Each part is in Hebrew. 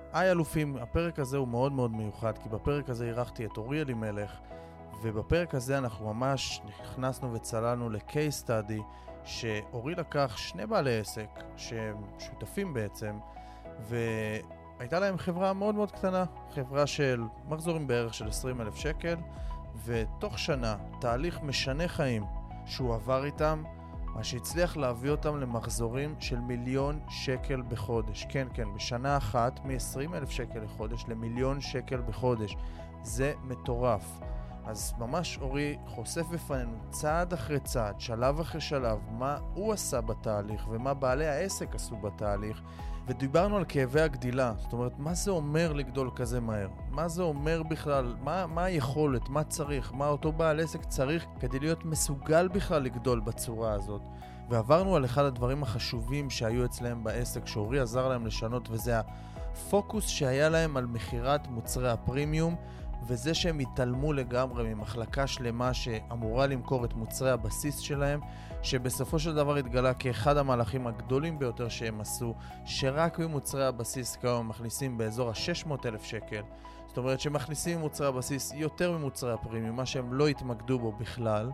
היי אלופים, הפרק הזה הוא מאוד מאוד מיוחד, כי בפרק הזה אירחתי את אורי אלימלך, ובפרק הזה אנחנו ממש נכנסנו וצללנו ל-case study, שאורי לקח שני בעלי עסק, שהם שותפים בעצם, והייתה להם חברה מאוד מאוד קטנה, חברה של מחזורים בערך של 20,000 שקל, ותוך שנה, תהליך משנה חיים שהוא עבר איתם, מה שהצליח להביא אותם למחזורים של 1,000,000 שקל בחודש. כן, בשנה אחת מ-20,000 שקל לחודש ל1,000,000 שקל בחודש. זה מטורף. אז ממש אורי חושף בפנינו צעד אחרי צעד, שלב אחרי שלב, מה הוא עשה בתהליך ומה בעלי העסק עשו בתהליך. ודיברנו על כאבי הגדילה, זאת אומרת, מה זה אומר לגדול כזה מהר? מה זה אומר בכלל? מה היכולת? מה צריך? מה אותו בעל עסק צריך כדי להיות מסוגל בכלל לגדול בצורה הזאת? ועברנו על אחד הדברים החשובים שהיו אצלהם בעסק, שאורי עזר להם לשנות, וזה הפוקוס שהיה להם על מחירת מוצרי הפרימיום, וזה שהם התעלמו לגמרי ממחלקה שלמה שאמורה למכור את מוצרי הבסיס שלהם, שבסופו של דבר התגלה כאחד המהלכים הגדולים ביותר שהם עשו, שרק ממוצרי הבסיס כיום מכניסים באזור ה-600,000 שקל. זאת אומרת שמכניסים ממוצרי הבסיס יותר ממוצרי הפרימיום, מה שהם לא התמקדו בו בכלל.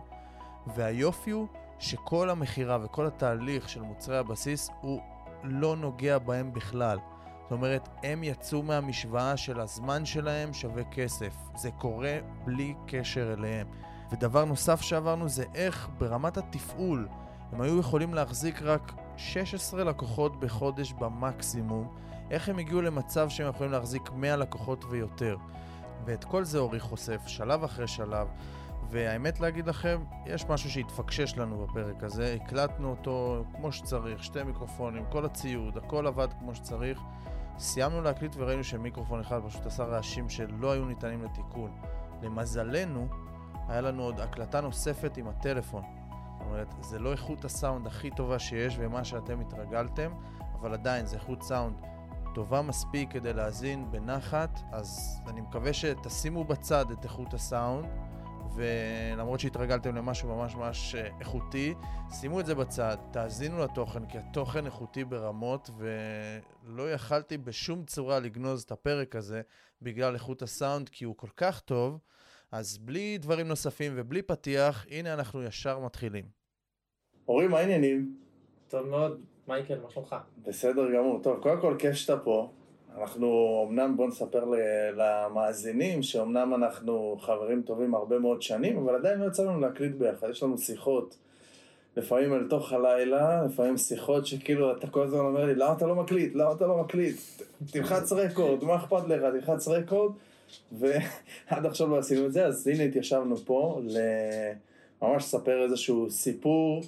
והיופי הוא שכל המחירה וכל התהליך של מוצרי הבסיס הוא לא נוגע בהם בכלל. זאת אומרת, הם יצאו מהמשוואה של הזמן שלהם שווה כסף. זה קורה בלי קשר אליהם. ודבר נוסף שעברנו זה איך ברמת התפעול הם היו יכולים להחזיק רק 16 לקוחות בחודש במקסימום. איך הם הגיעו למצב שהם יכולים להחזיק 100 לקוחות ויותר. ואת כל זה אורי חושף שלב אחרי שלב. והאמת להגיד לכם, יש משהו שהתפקשש לנו בפרק הזה. הקלטנו אותו כמו שצריך, 2 מיקרופונים, כל הציוד, הכל עבד כמו שצריך. סיימנו להקליט וראינו שמיקרופון אחד פשוט עשה רעשים שלא היו ניתנים לתיקון. למזלנו, היה לנו עוד הקלטה נוספת עם הטלפון. זאת אומרת, זה לא איכות הסאונד הכי טובה שיש ומה שאתם התרגלתם, אבל עדיין זה איכות סאונד טובה מספיק כדי להאזין בנחת, אז אני מקווה שתשימו בצד את איכות הסאונד, ולמרות שהתרגלתם למשהו ממש איכותי, שימו את זה בצד, תאזינו לתוכן, כי התוכן איכותי ברמות, ולא יכלתי בשום צורה לגנוז את הפרק הזה בגלל איכות הסאונד, כי הוא כל כך טוב. אז בלי דברים נוספים ובלי פתיח, הנה אנחנו ישר מתחילים. אורי, מה העניינים? טוב מאוד, מייקל, מה שלומך? בסדר גמור, טוב, קודם כל כיף שאתה פה. אנחנו אמנם, בוא נספר למאזינים שאומנם אנחנו חברים טובים הרבה מאוד שנים, אבל עדיין לא יצא לנו להקליט ביחד. יש לנו שיחות, לפעמים אל תוך הלילה, לפעמים שיחות שכאילו אתה כל הזמן אומר לי, למה אתה לא מקליט? למה אתה לא מקליט? תלחץ רקורד, מה אכפת לך? תלחץ רקורד, ועד עכשיו לא עשינו את זה, אז הנה התיישבנו פה ממש לספר איזשהו סיפור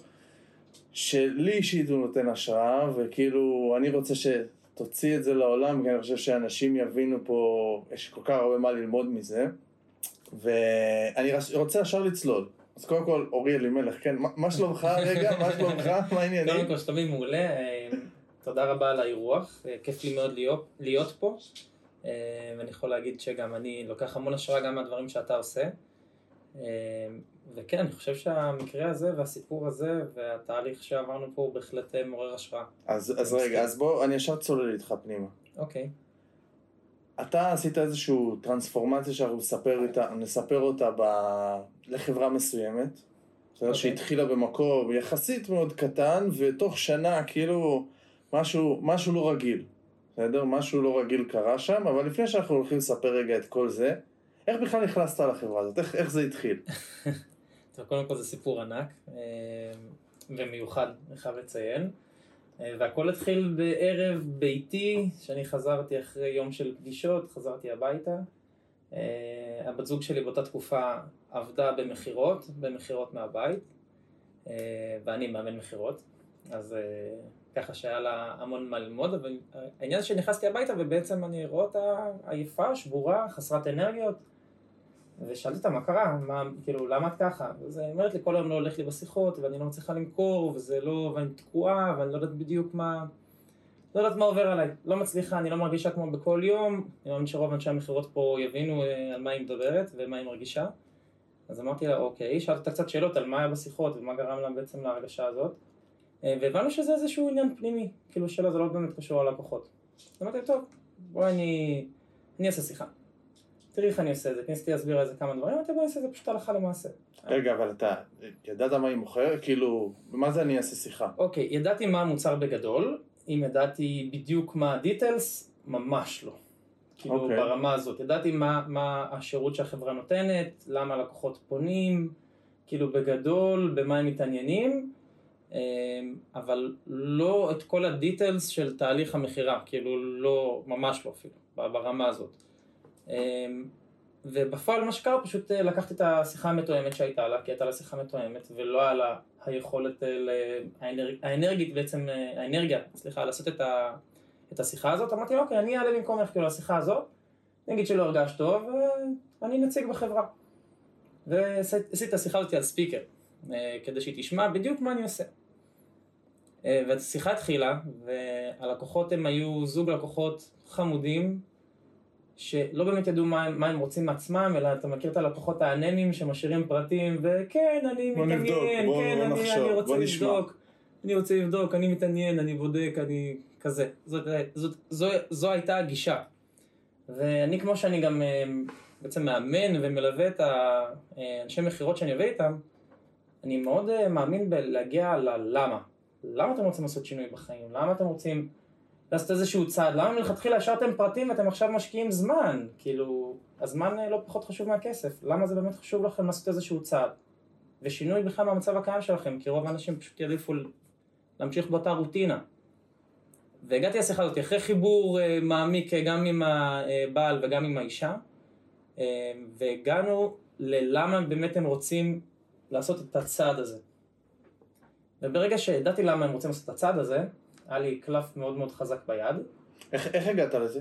שלי אישית הוא נותן השראה, וכאילו אני רוצה תוציא את זה לעולם, כי אני חושב שאנשים יבינו פה, יש כל כך הרבה מה ללמוד מזה, ואני רוצה ישר לצלול. אז קודם כל, אורי אלימלך, כן, מה שלומך רגע? מה שלומך? מה העניינים? קודם כל, שלומי מעולה, תודה רבה על האירוח, כיף לי מאוד להיות פה, ואני יכול להגיד שגם אני לוקח המון השראה גם מהדברים שאתה עושה, וכן, אני חושב שהמקרה הזה והסיפור הזה והתהליך שעברנו פה הוא בהחלט מעורר השראה. אז רגע, אז בוא, אני ישר צולל איתך פנימה. אוקיי. אתה עשית איזושהי טרנספורמציה שאנחנו נספר אותה לחברה מסוימת, שהתחילה במקום יחסית מאוד קטן, ותוך שנה כאילו משהו לא רגיל. בסדר? משהו לא רגיל קרה שם, אבל לפני שאנחנו הולכים לספר רגע את כל זה, איך בכלל נכנסת לחברה הזאת? איך זה התחיל? טוב, קודם כל זה סיפור ענק, ומיוחד, אני חייב לציין. והכל התחיל בערב ביתי, שאני חזרתי אחרי יום של פגישות, חזרתי הביתה. הבת זוג שלי באותה תקופה עבדה במחירות מהבית, ואני מאמן מחירות, אז ככה שהיה לה המון מה ללמוד, אבל העניין שנכנסתי הביתה ובעצם אני רואה אותה עייפה, שבורה, חסרת אנרגיות, ושאלתי אותה מה קרה, כאילו למה את ככה? אז היא אומרת לי כל היום לא הולך לי בשיחות ואני לא מצליחה למכור וזה לא, ואני תקועה ואני לא יודעת בדיוק לא יודעת מה עובר עליי, לא מצליחה, אני לא מרגישה כמו בכל יום, אני מאמין שרוב אנשי המחירות פה יבינו על מה היא מדברת ומה היא מרגישה. אז אמרתי לה אוקיי, שאלתי אותה קצת שאלות על מה היה בשיחות ומה גרם לה בעצם להרגשה הזאת, והבנו שזה איזשהו עניין פנימי, כאילו שלה זה לא באמת קשור ללקוחות. אז אמרתי טוב, אני אעשה שיחה. תראי איך אני עושה את זה, כניסתי להסביר על זה כמה דברים, בוא נעשה את זה פשוט הלכה למעשה. רגע, אבל אתה ידעת מה היא מוכרת? כאילו, מה זה אני אעשה שיחה? אוקיי, ידעתי מה המוצר בגדול, אם ידעתי בדיוק מה הדיטלס, ממש לא. כאילו ברמה הזאת, ידעתי מה השירות שהחברה נותנת, למה לקוחות פונים, כאילו בגדול, במה הם מתעניינים, אבל לא את כל הדיטלס של תהליך המחירה, כאילו לא, ממש לא אפילו, ברמה הזאת. ובפועל מה שקרה, פשוט לקחתי את השיחה המתואמת שהייתה לה, כי הייתה לה שיחה מתואמת, ולא היה לה היכולת, האנרגיה, לעשות את השיחה הזאת. אמרתי, אוקיי, אני אעלה במקום איך כאילו לשיחה הזאת, נגיד שלא הרגש טוב, ואני נציג בחברה. ועשיתי את השיחה הזאת על ספיקר, כדי שהיא תשמע בדיוק מה אני עושה. והשיחה התחילה, והלקוחות הם היו זוג לקוחות חמודים, שלא באמת ידעו מה הם רוצים מעצמם, אלא אתה מכיר את הלקוחות האנמים שמשאירים פרטים, וכן, אני מתעניין, כן, אני רוצה לבדוק, אני מתעניין, אני בודק, אני כזה. זו הייתה הגישה. ואני כמו שאני גם בעצם מאמן ומלווה את האנשי מחירות שאני עובד איתם, אני מאוד מאמין בלהגיע ללמה. למה אתם רוצים לעשות שינוי בחיים? למה אתם רוצים לעשות איזשהו צעד? למה מלכתחילה השארתם פרטים ואתם עכשיו משקיעים זמן? כאילו, הזמן לא פחות חשוב מהכסף. למה זה באמת חשוב לכם לעשות איזשהו צעד? ושינוי בכלל מהמצב הקיים שלכם, כי רוב האנשים פשוט יעדיפו להמשיך באותה רוטינה. והגעתי לשיחה הזאת אחרי חיבור מעמיק גם עם הבעל וגם עם האישה, והגענו ללמה באמת הם רוצים לעשות את הצעד הזה. וברגע שידעתי למה הם רוצים לעשות את הצעד הזה, היה לי קלף מאוד מאוד חזק ביד. איך הגעת לזה?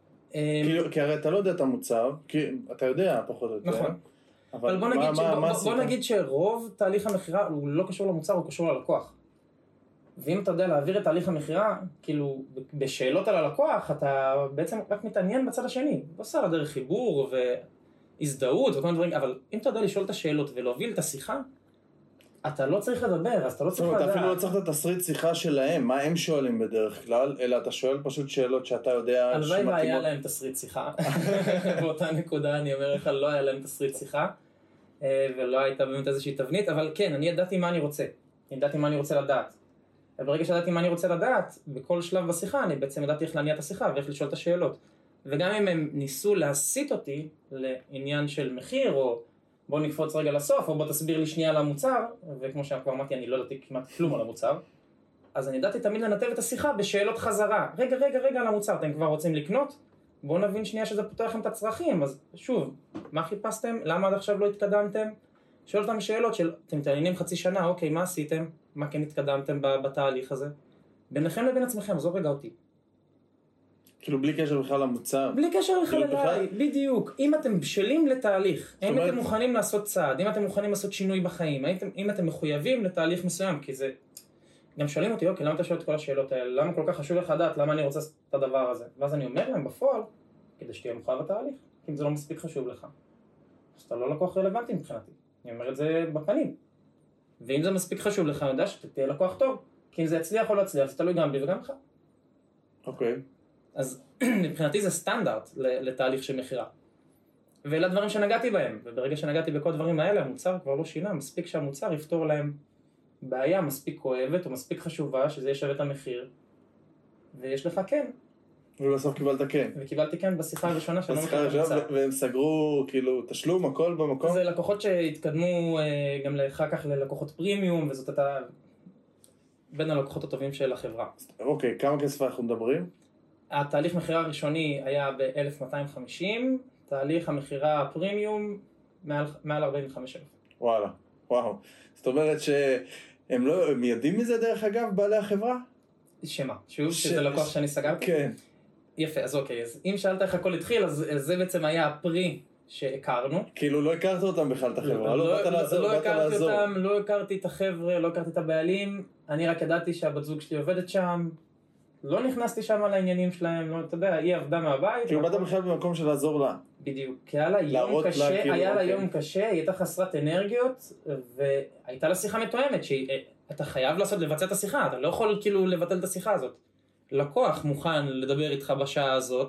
כי הרי אתה לא יודע את המוצר, כי אתה יודע פחות או יותר. נכון. אבל בוא נגיד שרוב תהליך המחירה הוא לא קשור למוצר, הוא קשור ללקוח. ואם אתה יודע להעביר את תהליך המחירה, כאילו בשאלות על הלקוח, אתה בעצם רק מתעניין בצד השני. עושה לה דרך חיבור והזדהות וכל מיני דברים, אבל אם אתה יודע לשאול את השאלות ולהוביל את השיחה, אתה לא צריך לדבר, אז אתה לא צריך לדעת. אתה אפילו לא צריך את התסריט שיחה שלהם, מה הם שואלים בדרך כלל, אלא אתה שואל פשוט שאלות שאתה יודע הלוואי והיה להם תסריט שיחה. באותה נקודה אני אומר לך, לא היה להם תסריט שיחה, ולא הייתה באמת איזושהי תבנית, אבל כן, אני ידעתי מה אני רוצה. ידעתי מה אני רוצה לדעת. וברגע שידעתי מה אני רוצה לדעת, בכל שלב בשיחה אני בעצם ידעתי איך להניע את השיחה ואיך לשאול את השאלות. וגם אם הם ניסו להסיט אותי לעניין של מחיר, או בוא נקפוץ רגע לסוף, או בוא תסביר לי שנייה על המוצר, וכמו שכבר אמרתי, אני לא ידעתי כמעט כלום על המוצר, אז אני ידעתי תמיד לנתב את השיחה בשאלות חזרה. רגע על המוצר, אתם כבר רוצים לקנות? בואו נבין שנייה שזה פותח לכם את הצרכים. אז שוב, מה חיפשתם? למה עד עכשיו לא התקדמתם? שואל אותם שאלות של, אתם מתעניינים חצי שנה, אוקיי, מה עשיתם? מה כן התקדמתם בתהליך הזה? ביניכם לבין עצמכם, עזוב רגע אותי. כאילו בלי קשר בכלל למוצר. בלי קשר בכלל אליי, בדיוק. אם אתם בשלים לתהליך, אם אתם מוכנים לעשות צעד, אם אתם מוכנים לעשות שינוי בחיים, אם אתם מחויבים לתהליך מסוים, כי זה... גם שואלים אותי, אוקיי, למה אתה שואל את כל השאלות האלה? למה כל כך חשוב לך לדעת? למה אני רוצה את הדבר הזה? ואז אני אומר להם בפועל, כדי שתהיה מחויב בתהליך, אם זה לא מספיק חשוב לך. אז אתה לא לקוח רלוונטי מבחינתי. אני אומר את זה בפנים. ואם זה מספיק חשוב לך, אני יודע שתהיה לקוח טוב. כי אם זה יצליח או לא יצליח, זה תלוי גם בי וגם לך. אוקיי. אז מבחינתי זה סטנדרט לתהליך של מחירה. ואלה הדברים שנגעתי בהם. וברגע שנגעתי בכל הדברים האלה, המוצר כבר לא שינה. מספיק שהמוצר יפתור להם בעיה מספיק כואבת או מספיק חשובה, שזה ישווה את המחיר. ויש לך כן. ובסוף קיבלת כן. וקיבלתי כן בשיחה הראשונה שלא מכיר המוצר. והם סגרו כאילו תשלום, הכל במקום? זה לקוחות שהתקדמו גם אחר כך ללקוחות פרימיום, וזאת הייתה בין הלקוחות הטובים של החברה. אוקיי, כמה כסף אנחנו מדברים? התהליך מחירה הראשוני היה ב-1250, תהליך המחירה הפרימיום מעל 45,000. וואלה, וואו. זאת אומרת שהם לא, הם יודעים מזה דרך אגב, בעלי החברה? שמה? שוב, שזה לקוח שאני סגרתי? כן. יפה, אז אוקיי, אז אם שאלת איך הכל התחיל, אז זה בעצם היה הפרי שהכרנו. כאילו לא הכרת אותם בכלל את החברה, לא באת לעזור. לא הכרתי אותם, לא הכרתי את החבר'ה, לא הכרתי את הבעלים, אני רק ידעתי שהבת זוג שלי עובדת שם, לא נכנסתי שם על העניינים שלהם, לא, אתה יודע, היא עבדה מהבית. כאילו באת בכלל במקום של לעזור לה. בדיוק, כי היה לה יום קשה, היה לה יום קשה, היא הייתה חסרת אנרגיות, והייתה לה שיחה מתואמת, שאתה חייב לבצע את השיחה, אתה לא יכול כאילו לבטל את השיחה הזאת. לקוח מוכן לדבר איתך בשעה הזאת,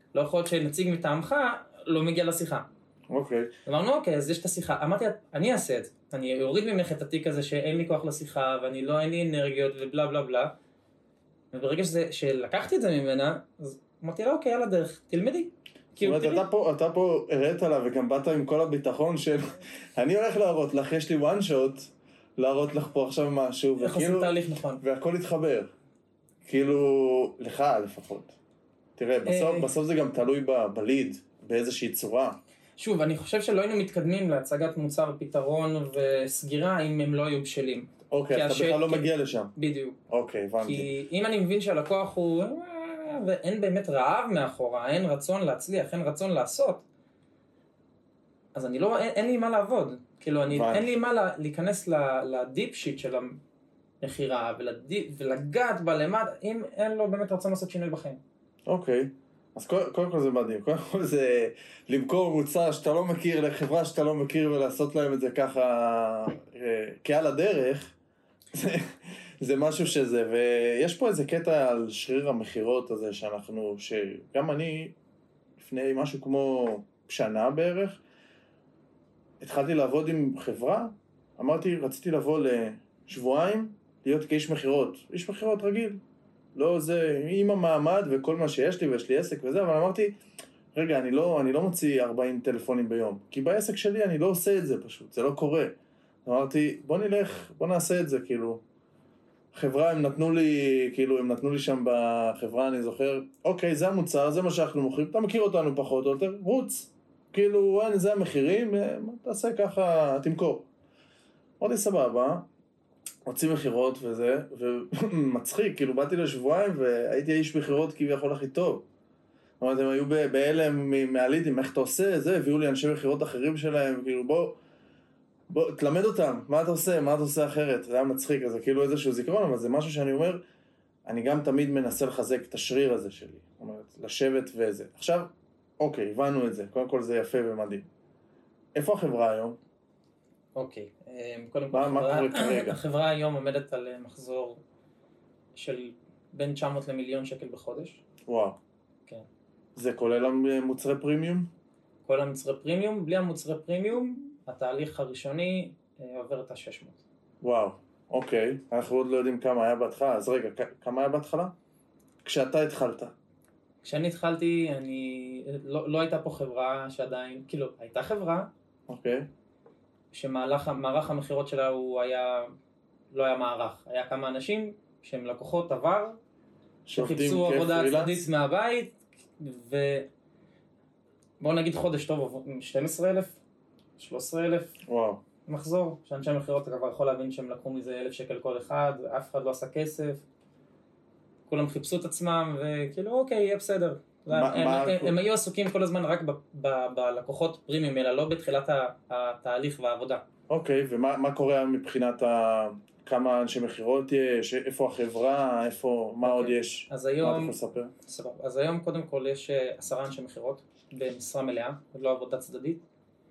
לא יכול להיות שנציג מטעמך לא מגיע לשיחה. אוקיי. אמרנו, אוקיי, אז יש את השיחה. אמרתי, אני אעשה את זה. אני אוריד ממך את התיק הזה שאין לי כוח לשיחה, ואני לא, אין לי אנרגיות ובלה בלה בלה. וברגע שלקחתי את זה ממנה, אז אמרתי לה, אוקיי, על הדרך, תלמדי. זאת אומרת, אתה פה הראת לה וגם באת עם כל הביטחון של אני הולך להראות לך, יש לי one shot, להראות לך פה עכשיו משהו, איך עושים תהליך נכון. והכל יתחבר. כאילו, לך לפחות. תראה, בסוף זה גם תלוי בליד, באיזושהי צורה. שוב, אני חושב שלא היינו מתקדמים להצגת מוצר, פתרון וסגירה אם הם לא היו בשלים. אוקיי, אתה בכלל לא מגיע לשם. בדיוק. אוקיי, הבנתי. כי אם אני מבין שהלקוח הוא, ואין באמת רעב מאחורה, אין רצון להצליח, אין רצון לעשות, אז אני לא, אין לי מה לעבוד. כאילו, אין לי מה להיכנס לדיפ שיט של המחירה ולגעת בה למד, אם אין לו באמת רצון לעשות שינוי בחיים. אוקיי. אז קודם כל זה מדהים, קודם כל זה למכור מוצר שאתה לא מכיר לחברה שאתה לא מכיר ולעשות להם את זה ככה כעל הדרך, זה משהו שזה, ויש פה איזה קטע על שריר המחירות הזה שגם אני לפני משהו כמו שנה בערך, התחלתי לעבוד עם חברה, רציתי לבוא לשבועיים להיות כאיש מחירות, איש מחירות רגיל. לא זה, עם המעמד וכל מה שיש לי, ויש לי עסק וזה, אבל אמרתי, רגע, אני לא מוציא 40 טלפונים ביום, כי בעסק שלי אני לא עושה את זה פשוט, זה לא קורה. אמרתי, בוא נעשה את זה, כאילו, חברה, הם נתנו לי שם בחברה, אני זוכר, אוקיי, זה המוצר, זה מה שאנחנו מוכרים, אתה מכיר אותנו פחות או יותר, רוץ, כאילו, זה המחירים, תעשה ככה, תמכור. אמרתי, סבבה, הוציא מחירות וזה, ומצחיק, כאילו באתי לשבועיים והייתי איש מחירות כביכול הכי טוב. זאת אומרת, הם היו בהלם מהלידים, איך אתה עושה זה, הביאו לי אנשי מחירות אחרים שלהם, כאילו בוא, תלמד אותם, מה אתה עושה אחרת, זה היה מצחיק, אז זה כאילו איזשהו זיכרון, אבל זה משהו שאני אומר, אני גם תמיד מנסה לחזק את השריר הזה שלי, זאת אומרת, לשבת וזה. עכשיו, אוקיי, הבנו את זה, קודם כל זה יפה ומדהים. איפה החברה היום? אוקיי, קודם כל החברה היום עומדת על מחזור של בין 900 למיליון שקל בחודש. וואו. כן. זה כולל המוצרי פרימיום? כל המוצרי פרימיום, בלי המוצרי פרימיום, התהליך הראשוני עובר את ה-600. וואו, אוקיי. אנחנו עוד לא יודעים כמה היה בהתחלה, אז רגע, כמה היה בהתחלה? כשאתה התחלת. כשאני התחלתי, לא הייתה פה חברה שעדיין, כאילו, הייתה חברה. אוקיי. שמערך המחירות שלה לא היה מערך, היה כמה אנשים שהם לקוחות עבר, שחיפשו עבודה צדדית מהבית, ובואו נגיד חודש טוב, 12,000, 13,000 מחזור, שאנשי מחירות כבר יכול להבין שהם לקחו מזה 1,000 שקל כל אחד, אף אחד לא עשה כסף, כולם חיפשו את עצמם, וכאילו אוקיי, יהיה בסדר. הם היו עסוקים כל הזמן רק בלקוחות פרימיום, אלא לא בתחילת התהליך והעבודה. אוקיי, ומה קורה מבחינת כמה אנשי מחירות יש, איפה החברה, מה עוד יש? אז היום, אז היום קודם כל יש 10 אנשי מחירות במשרה מלאה, לא עבודה צדדית,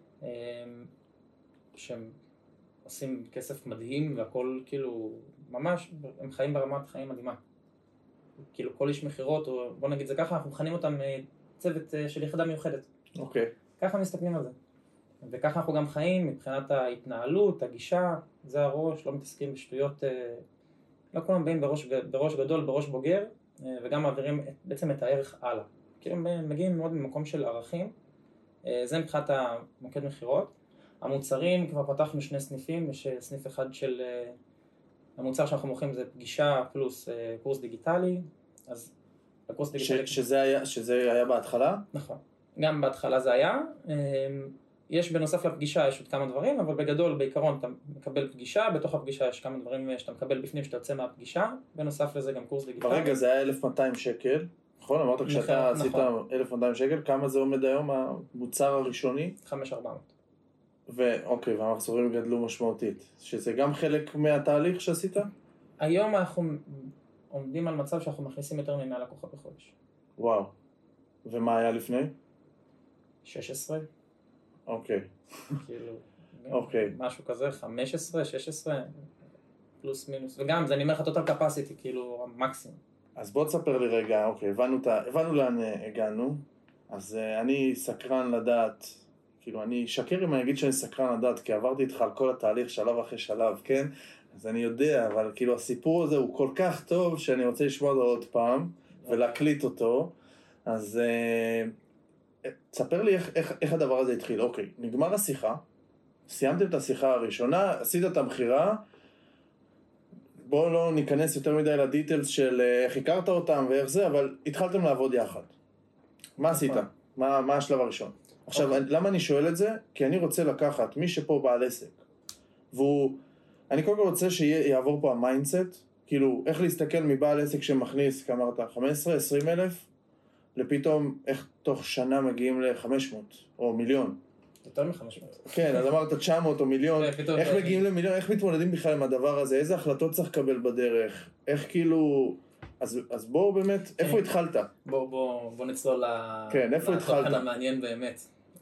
שהם עושים כסף מדהים והכל כאילו ממש, הם חיים ברמת חיים מדהימה. כאילו כל איש מחירות, או בוא נגיד זה ככה, אנחנו מכנים אותם צוות של יחידה מיוחדת. אוקיי. ככה מסתכלים על זה. וככה אנחנו גם חיים מבחינת ההתנהלות, הגישה, זה הראש, לא מתעסקים בשטויות, לא כולם באים בראש גדול, בראש בוגר, וגם מעבירים בעצם את הערך הלאה. כאילו הם מגיעים מאוד ממקום של ערכים, זה מבחינת המוקד מחירות. המוצרים, כבר פתחנו 2 סניפים, יש סניף אחד של המוצר שאנחנו מוכרים זה פגישה פלוס קורס דיגיטלי, אז הקורס דיגיטלי... שזה היה בהתחלה? נכון, גם בהתחלה זה היה. יש בנוסף לפגישה, יש עוד כמה דברים, אבל בגדול, בעיקרון, אתה מקבל פגישה, בתוך הפגישה יש כמה דברים שאתה מקבל בפנים שאתה יוצא מהפגישה, בנוסף לזה גם קורס דיגיטלי. ברגע זה היה 1,200 שקל, נכון? אמרת כשאתה עשית 1,200 שקל, כמה זה עומד היום המוצר הראשוני? 5,400. ואוקיי, והמחזורים גדלו משמעותית, שזה גם חלק מהתהליך שעשית? היום אנחנו עומדים על מצב שאנחנו מכניסים יותר מ100 לקוחות בחודש. וואו, ומה היה לפני? 16. אוקיי. כאילו, אוקיי. משהו כזה, 15, 16, פלוס מינוס, וגם זה אני אומר לך total capacity, כאילו המקסימום. אז בוא תספר לי רגע, אוקיי, הבנו לאן הגענו, אז אני סקרן לדעת, כאילו אני שקר אם אני אגיד שאני סקרן לדעת, כי עברתי איתך על כל התהליך שלב אחרי שלב, כן? אז אני יודע, אבל כאילו הסיפור הזה הוא כל כך טוב שאני רוצה לשמוע אותו עוד פעם ולהקליט אותו. אז תספר לי איך הדבר הזה התחיל. אוקיי, נגמר השיחה, סיימתם את השיחה הראשונה, עשית את המחירה, בואו לא ניכנס יותר מדי לדיטלס של איך הכרת אותם ואיך זה, אבל התחלתם לעבוד יחד. מה עשית? מה השלב הראשון? עכשיו, למה אני שואל את זה? כי אני רוצה לקחת מי שפה בעל עסק, אני קודם כל רוצה שיעבור פה המיינדסט, כאילו, איך להסתכל מבעל עסק שמכניס, כאמרת, 15-20 אלף, לפתאום איך תוך שנה מגיעים ל-500 או מיליון. יותר מ-500. כן, אז אמרת 900 או מיליון, איך מגיעים למיליון, איך מתמודדים בכלל עם הדבר הזה, איזה החלטות צריך לקבל בדרך, איך כאילו, אז בואו באמת, איפה התחלת? בואו נצלול כן, איפה התחלת? לתוכן המעניין באמת.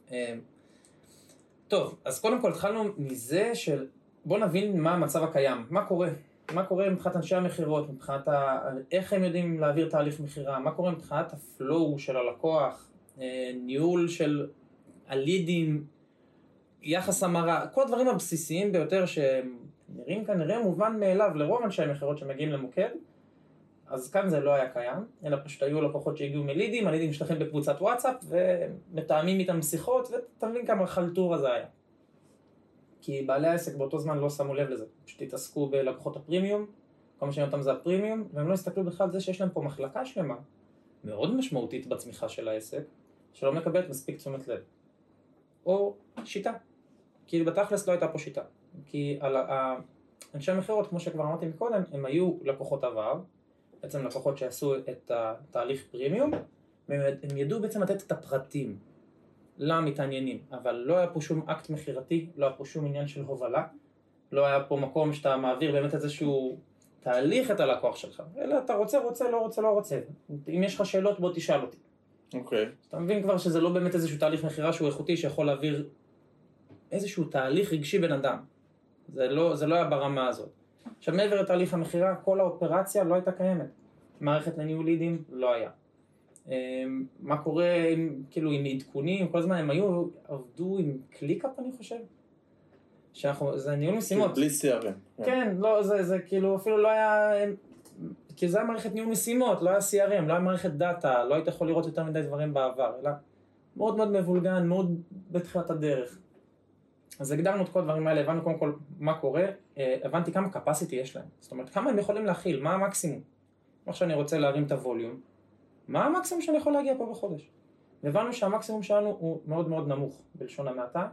טוב, אז קודם כל התחלנו מזה של, בואו נבין מה המצב הקיים, מה קורה מבחינת אנשי המחירות, מבחינת איך הם יודעים להעביר תהליך מחירה, מה קורה מבחינת הפלואו של הלקוח, ניהול של הלידים, יחס המרה, כל הדברים הבסיסיים ביותר שנראים כנראה מובן מאליו לרוב אנשי המחירות שמגיעים למוקד, אז כאן זה לא היה קיים, אלא פשוט היו לקוחות שהגיעו מלידים, הלידים נשלחים בקבוצת וואטסאפ ומתאמים איתם שיחות, ואתה מבין כמה חלטורה זה היה. כי בעלי העסק באותו זמן לא שמו לב לזה, פשוט התעסקו בלקוחות הפרימיום, כל מה שאני אותם זה הפרימיום, והם לא הסתכלו בכלל זה שיש להם פה מחלקה שלמה, מאוד משמעותית בצמיחה של העסק, שלא מקבלת מספיק תשומת לב. או שיטה, כי בתכלס לא הייתה פה שיטה, כי אנשי המחירות, כמו שכבר אמרתי מקודם, הם היו לקוחות עבר, בעצם לקוחות שעשו את התהליך פרימיום, והם ידעו בעצם לתת את הפרטים למתעניינים, אבל לא היה פה שום אקט מחירתי, לא היה פה שום עניין של הובלה, לא היה פה מקום שאתה מעביר באמת איזשהו תהליך את הלקוח שלך, אלא אתה רוצה, לא רוצה. אם יש לך שאלות, בוא תשאל אותי. אוקיי. אתה מבין כבר שזה לא באמת איזשהו תהליך מחירה שהוא איכותי, שיכול להעביר איזשהו תהליך רגשי בן אדם. זה לא היה ברמה הזאת. עכשיו, מעבר לתהליך המחירה, כל האופרציה לא הייתה קיימת. מערכת לניהול לידים לא היה. מה קורה עם עדכונים, כל הזמן הם עבדו עם קליקאפ, אני חושב. זה ניהול משימות. בלי CRM. כן, לא, זה כאילו אפילו לא היה, כי זה היה מערכת ניהול משימות, לא היה CRM, לא היה מערכת דאטה, לא היית יכול לראות יותר מדי דברים בעבר, אלא מאוד מאוד מבולגן, מאוד בתחילת הדרך. אז הגדרנו את כל הדברים האלה, הבנו קודם כל מה קורה, הבנתי כמה capacity יש להם, זאת אומרת כמה הם יכולים להכיל, מה המקסימום. עכשיו אני רוצה להרים את הווליום, מה המקסימום שאני יכול להגיע פה בחודש? והבנו שהמקסימום שלנו הוא מאוד מאוד נמוך, בלשון המעטה,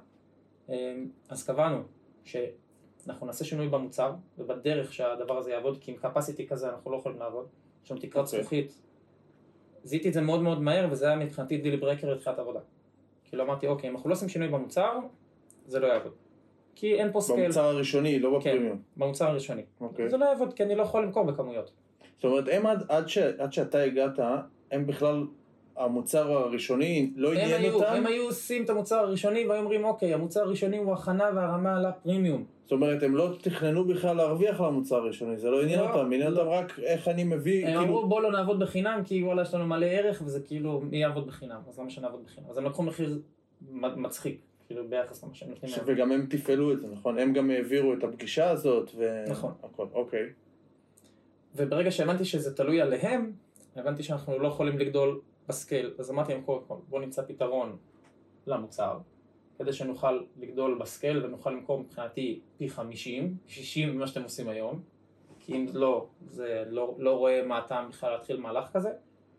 אז קבענו שאנחנו נעשה שינוי במוצר, ובדרך שהדבר הזה יעבוד, כי עם capacity כזה אנחנו לא יכולים לעבוד, יש שם תקרת זכוכית, זיהיתי את זה מאוד מאוד מהר, וזה היה מבחינתי דיל ברקר לתחילת עבודה. כאילו אמרתי, אוקיי, אם אנחנו לא עושים שינוי במוצר, זה לא יעבוד. כי אין פה סקייל. במוצר הראשוני, לא בפרימיום. כן, במוצר הראשוני. אוקיי. זה לא יעבוד, כי אני לא יכול למכור בכמויות. זאת אומרת, הם עד שאתה הגעת, הם בכלל, המוצר הראשוני לא עניין אותם? הם היו עושים את המוצר הראשוני, והיו אומרים, אוקיי, המוצר הראשוני הוא הכנה והרמה על הפרימיום. זאת אומרת, הם לא תכננו בכלל להרוויח למוצר הראשוני, זה לא עניין אותם, עניין אותם רק איך אני מביא, הם אמרו, בוא לא נעבוד בחינם, כי וואלה, יש לנו מלא ערך, וזה כאילו, מי יעבוד בחינם, אז למה שנעבוד בחינם? אז הם לקחו מחיר מצחיק. כאילו ביחס למה שהם נותנים להם. וגם הם תפעלו את זה, נכון? הם גם העבירו את הפגישה הזאת נכון. הכל, אוקיי. וברגע שהבנתי שזה תלוי עליהם, הבנתי שאנחנו לא יכולים לגדול בסקייל, אז אמרתי להם קודם כל, בואו נמצא פתרון למוצר, כדי שנוכל לגדול בסקייל ונוכל למכור מבחינתי פי 50, 60 ממה שאתם עושים היום, כי אם לא, זה לא רואה מה הטעם בכלל להתחיל מהלך כזה.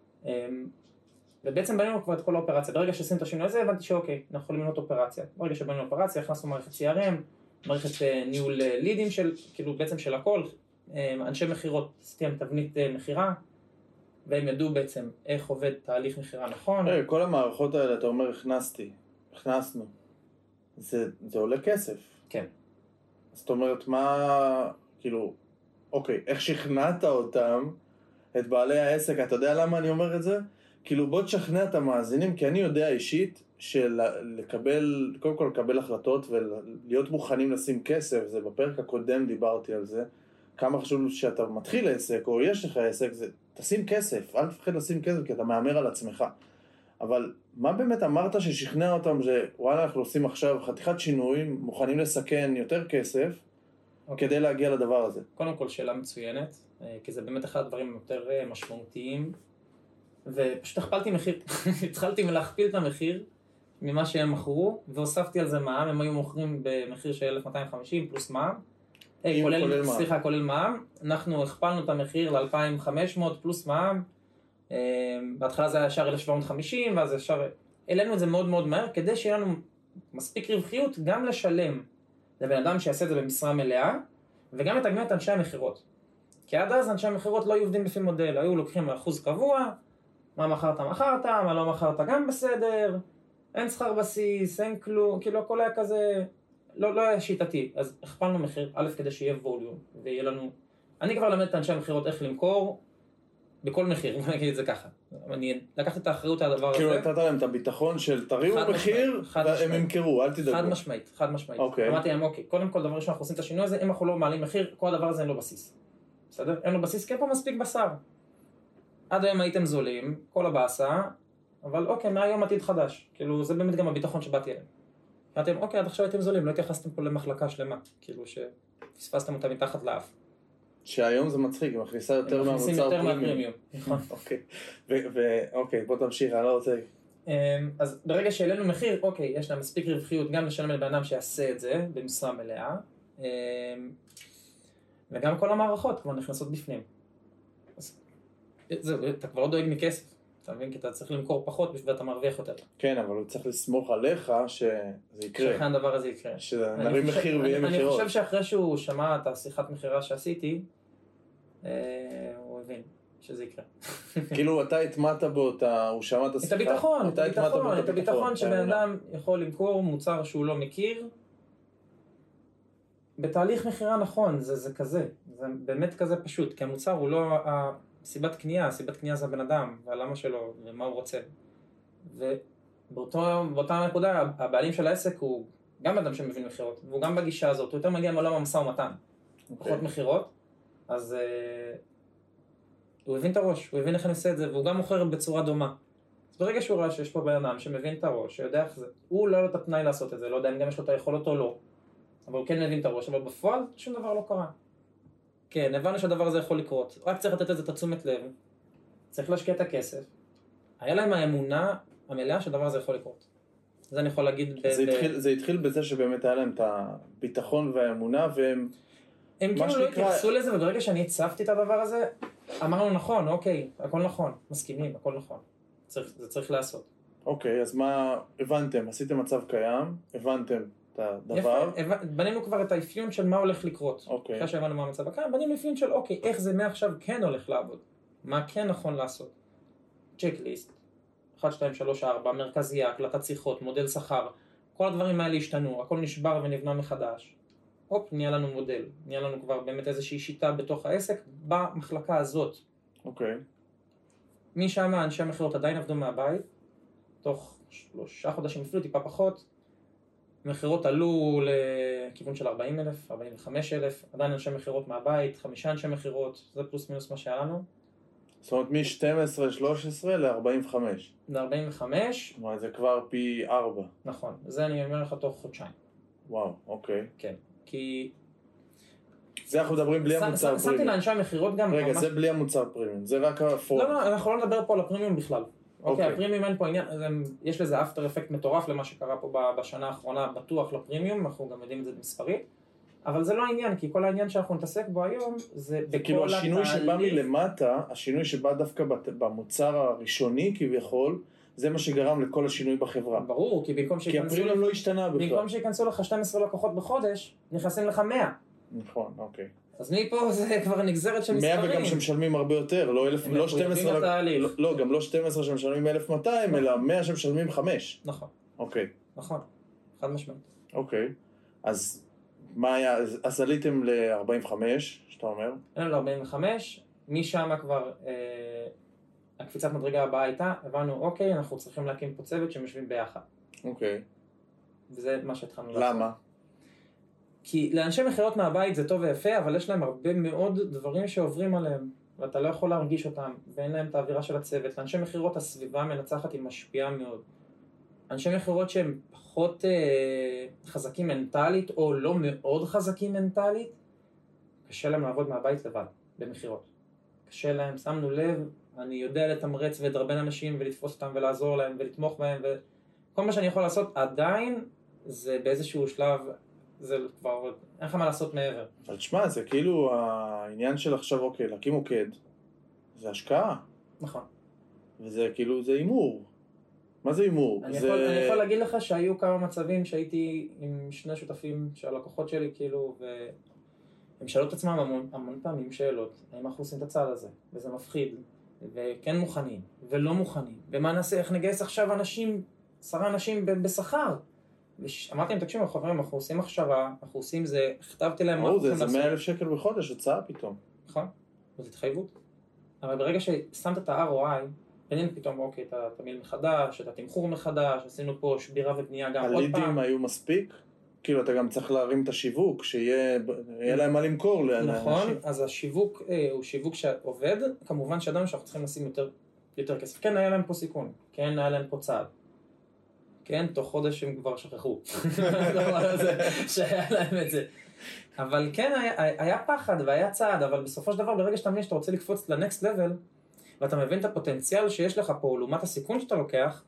ובעצם בנינו כבר את כל האופרציה. ברגע שעשינו את השינוי הזה, הבנתי שאוקיי, אנחנו יכולים לבנות אופרציה. ברגע שבנינו אופרציה, הכנסנו מערכת CRM, מערכת ניהול לידים כאילו בעצם של הכל, אנשי מחירות, עשיתי להם תבנית מחירה, והם ידעו בעצם איך עובד תהליך מחירה נכון. כל המערכות האלה, אתה אומר, הכנסנו. זה עולה כסף. כן. זאת אומרת, כאילו, אוקיי, איך שכנעת אותם, את בעלי העסק, אתה יודע למה אני אומר את זה? כאילו בוא תשכנע את המאזינים, כי אני יודע אישית קודם כל לקבל החלטות ולהיות מוכנים לשים כסף, זה בפרק הקודם דיברתי על זה, כמה חשוב שאתה מתחיל עסק או יש לך עסק, תשים כסף, אל תפחד לשים כסף כי אתה מאמר על עצמך. אבל מה באמת אמרת ששכנע אותם שוואלה, אנחנו עושים עכשיו חתיכת שינוי, מוכנים לסכן יותר כסף, כדי להגיע לדבר הזה? קודם כל, שאלה מצוינת, כי זה באמת אחד הדברים יותר משמעותיים, ופשוט הכפלתי מחיר, התחלתי להכפיל את המחיר ממה שהם מכרו, והוספתי על זה מע"מ, הם היו מוכרים במחיר של 1,250 פלוס מע"מ, כולל מע"מ, אנחנו הכפלנו את המחיר ל-2,500 פלוס מע"מ, בהתחלה זה היה ישר 1,750, ואז ישר העלינו את זה מאוד מאוד מהר, כדי שיהיה לנו מספיק רווחיות גם לשלם לבן אדם שיעשה את זה במשרה מלאה, וגם לתגמל את אנשי המחירות. כי עד אז אנשי המחירות לא היו עובדים לפי מודל, היו לוקחים אחוז קבוע, מה מכרת, מה לא מכרת גם בסדר, אין שכר בסיס, אין כלום, כאילו הכל היה כזה, לא היה שיטתי. אז הכפלנו מחיר, א', כדי שיהיה ווליום, ויהיה לנו, אני כבר למד את אנשי המחירות איך למכור, בכל מחיר, אני אגיד את זה ככה. אני לקחתי את האחריות על הדבר הזה. כאילו נתת להם את הביטחון של תריעו מחיר, והם ימכרו, אל תדאגו. חד משמעית. אמרתי להם, אוקיי, קודם כל דבר ראשון אנחנו עושים את השינוי הזה, אם אנחנו לא מעלים מחיר, כל הדבר הזה אין לו בסיס. בסדר? אין לו בסיס, כי אין פה מספיק בשר. עד היום הייתם זולים, כל הבאסה, אבל אוקיי, מהיום עתיד חדש. כאילו, זה באמת גם הביטחון שבאתי אליהם. אמרתם, אוקיי, עד עכשיו הייתם זולים, לא התייחסתם פה למחלקה שלמה. כאילו שפספסתם אותה מתחת לאף. שהיום זה מצחיק, היא מכניסה יותר מהמוצר פרימיום. נכון. אוקיי, בוא תמשיך, אני לא רוצה. אז ברגע שהעלינו מחיר, אוקיי, יש להם מספיק רווחיות גם לשלם לבן אדם שיעשה את זה במשרה מלאה, וגם כל המערכות כבר נכנסות בפנים. זהו, אתה כבר לא דואג מכסף, אתה מבין? כי אתה צריך למכור פחות בשביל אתה מרוויח יותר. כן, אבל הוא צריך לסמוך עליך שזה יקרה. שאכן הדבר הזה יקרה. שנרים מחיר ויהיה מחירות. אני חושב שאחרי שהוא שמע את השיחת מחירה שעשיתי, הוא הבין שזה יקרה. כאילו אתה התמדת בו, הוא שמע את השיחה. את הביטחון שבן אדם יכול למכור מוצר שהוא לא מכיר, בתהליך מחירה נכון, זה כזה, זה באמת כזה פשוט, כי המוצר הוא לא סיבת קנייה זה הבן אדם, והלמה שלו, ומה הוא רוצה. ובאותה נקודה, הבעלים של העסק הוא גם אדם שמבין מחירות, והוא גם בגישה הזאת, הוא יותר מגיע מעולם המשא ומתן, פחות מחירות, אז הוא הבין את הראש, הוא הבין איך אני עושה את זה, והוא גם מוכר בצורה דומה. אז ברגע שהוא ראה שיש פה בן אדם שמבין את הראש, שיודע איך זה, הוא לא היה לו את הפנאי לעשות את זה, לא יודע אם גם יש לו את היכולות או לא, אבל הוא כן מבין את הראש, אבל בפועל שום דבר לא קרה. כן, הבנו שהדבר הזה יכול לקרות, רק צריך לתת את זה את התשומת לב, צריך להשקיע את הכסף. היה להם האמונה המלאה שהדבר הזה יכול לקרות. זה אני יכול להגיד... זה התחיל בזה שבאמת היה להם את הביטחון והאמונה, והם... הם כאילו לא התייחסו לזה, וברגע שאני הצפתי את הדבר הזה, אמרנו נכון, אוקיי, הכל נכון, מסכימים, הכל נכון. זה צריך לעשות. אוקיי, אז מה הבנתם? עשיתם מצב קיים, הבנתם את הדבר. בנינו כבר את האפיון של מה הולך לקרות. אוקיי. אחרי שהבנו מה המצב הקיים, בנינו אפיון של אוקיי, איך זה מעכשיו כן הולך לעבוד. מה כן נכון לעשות. צ'קליסט, 1, 2, 3, 4, מרכזייה, הקלטת שיחות, מודל שכר, כל הדברים האלה השתנו, הכל נשבר ונבנה מחדש. הופ, נהיה לנו מודל, נהיה לנו כבר באמת איזושהי שיטה בתוך העסק, במחלקה הזאת. אוקיי. משם אנשי המחירות עדיין עבדו מהבית, תוך 3 חודשים אפילו טיפה פחות, מחירות עלו לכיוון של 40,000, 45,000, עדיין אנשי מחירות מהבית, 5 אנשי מחירות, זה פלוס מינוס מה שהיה לנו. זאת אומרת מ-12-13 ל-45. ל-45. זאת אומרת, זה כבר פי 4. נכון, זה אני אומר לך תוך חודשיים. וואו, אוקיי. כן, כי... זה אנחנו מדברים בלי המוצר פרימיום. שמתי לאנשי המחירות גם... רגע, זה בלי המוצר פרימיום, זה רק הפורט. לא, אנחנו לא נדבר פה על הפרימיום בכלל. אוקיי, הפרימיום אין פה עניין, יש לזה אפטר אפקט מטורף למה שקרה פה בשנה האחרונה, בטוח לפרימיום, אנחנו גם יודעים את זה במספרית, אבל זה לא העניין, כי כל העניין שאנחנו נתעסק בו היום, זה בכל כאילו השינוי שבא מלמטה, השינוי שבא דווקא במוצר הראשוני כביכול, זה מה שגרם לכל השינוי בחברה. ברור, כי במקום הפרימיום לא השתנה בכלל. במקום שיכנסו לך 12 לקוחות בחודש, נכנסים לך 100. נכון, אוקיי. אז מפה זה כבר נגזרת של מספרים. 100 וגם שמשלמים הרבה יותר, לא 12, לא, גם לא 12 שמשלמים 1,200, אלא 100 שמשלמים 5. נכון. אוקיי. נכון, חד משמעית. אוקיי, אז מה היה, אז עליתם ל-45, שאתה אומר? עלינו ל-45, משם כבר הקפיצת מדרגה הבאה הייתה, הבנו, אוקיי, אנחנו צריכים להקים פה צוות שמשווים ביחד. אוקיי. וזה מה שהתחלנו לעשות. למה? כי לאנשי מחירות מהבית זה טוב ויפה, אבל יש להם הרבה מאוד דברים שעוברים עליהם. ואתה לא יכול להרגיש אותם, ואין להם את האווירה של הצוות. לאנשי מחירות הסביבה המנצחת היא משפיעה מאוד. אנשי מחירות שהם פחות חזקים מנטלית, או לא מאוד חזקים מנטלית, קשה להם לעבוד מהבית לבד, במחירות. קשה להם, שמנו לב, אני יודע לתמרץ ולדרבן אנשים ולתפוס אותם ולעזור להם ולתמוך בהם, וכל מה שאני יכול לעשות עדיין, זה באיזשהו שלב, זה כבר, אין לך מה לעשות מעבר. אבל תשמע, זה כאילו העניין של עכשיו, אוקיי, להקים מוקד, זה השקעה. נכון. וזה כאילו, זה אימור. מה זה אימור? אני יכול להגיד לך שהיו כמה מצבים שהייתי עם שני שותפים שהלקוחות שלי כאילו, והם שאלו את עצמם המון פעמים שאלות, האם אנחנו עושים את הצעד הזה, וזה מפחיד, וכן מוכנים, ולא מוכנים, ומה נעשה, איך נגייס עכשיו אנשים, 10 אנשים בשכר. אמרתי להם, תקשיבו, חברים, אנחנו עושים הכשרה, אנחנו עושים זה, כתבתי להם... זה 100,000 שקל בחודש, הוצאה פתאום. נכון, זו התחייבות. אבל ברגע ששמת את ה-ROI, בנינו פתאום, אוקיי, את התמיל מחדש, את התמחור מחדש, עשינו פה שבירה ובנייה גם עוד פעם. הלידים היו מספיק? כאילו, אתה גם צריך להרים את השיווק, שיהיה להם מה למכור לאנשים. נכון, אז השיווק הוא שיווק שעובד, כמובן שידענו שאנחנו צריכים לשים יותר כסף. כן, היה להם פה סיכון, כן, היה להם פה צעד. כן, תוך חודש הם כבר שכחו. שהיה להם את זה. אבל כן, היה פחד והיה צעד, אבל בסופו של דבר, ברגע שאתה מבין שאתה רוצה לקפוץ לנקסט לבל, ואתה מבין את הפוטנציאל שיש לך פה, לעומת הסיכון שאתה לוקח.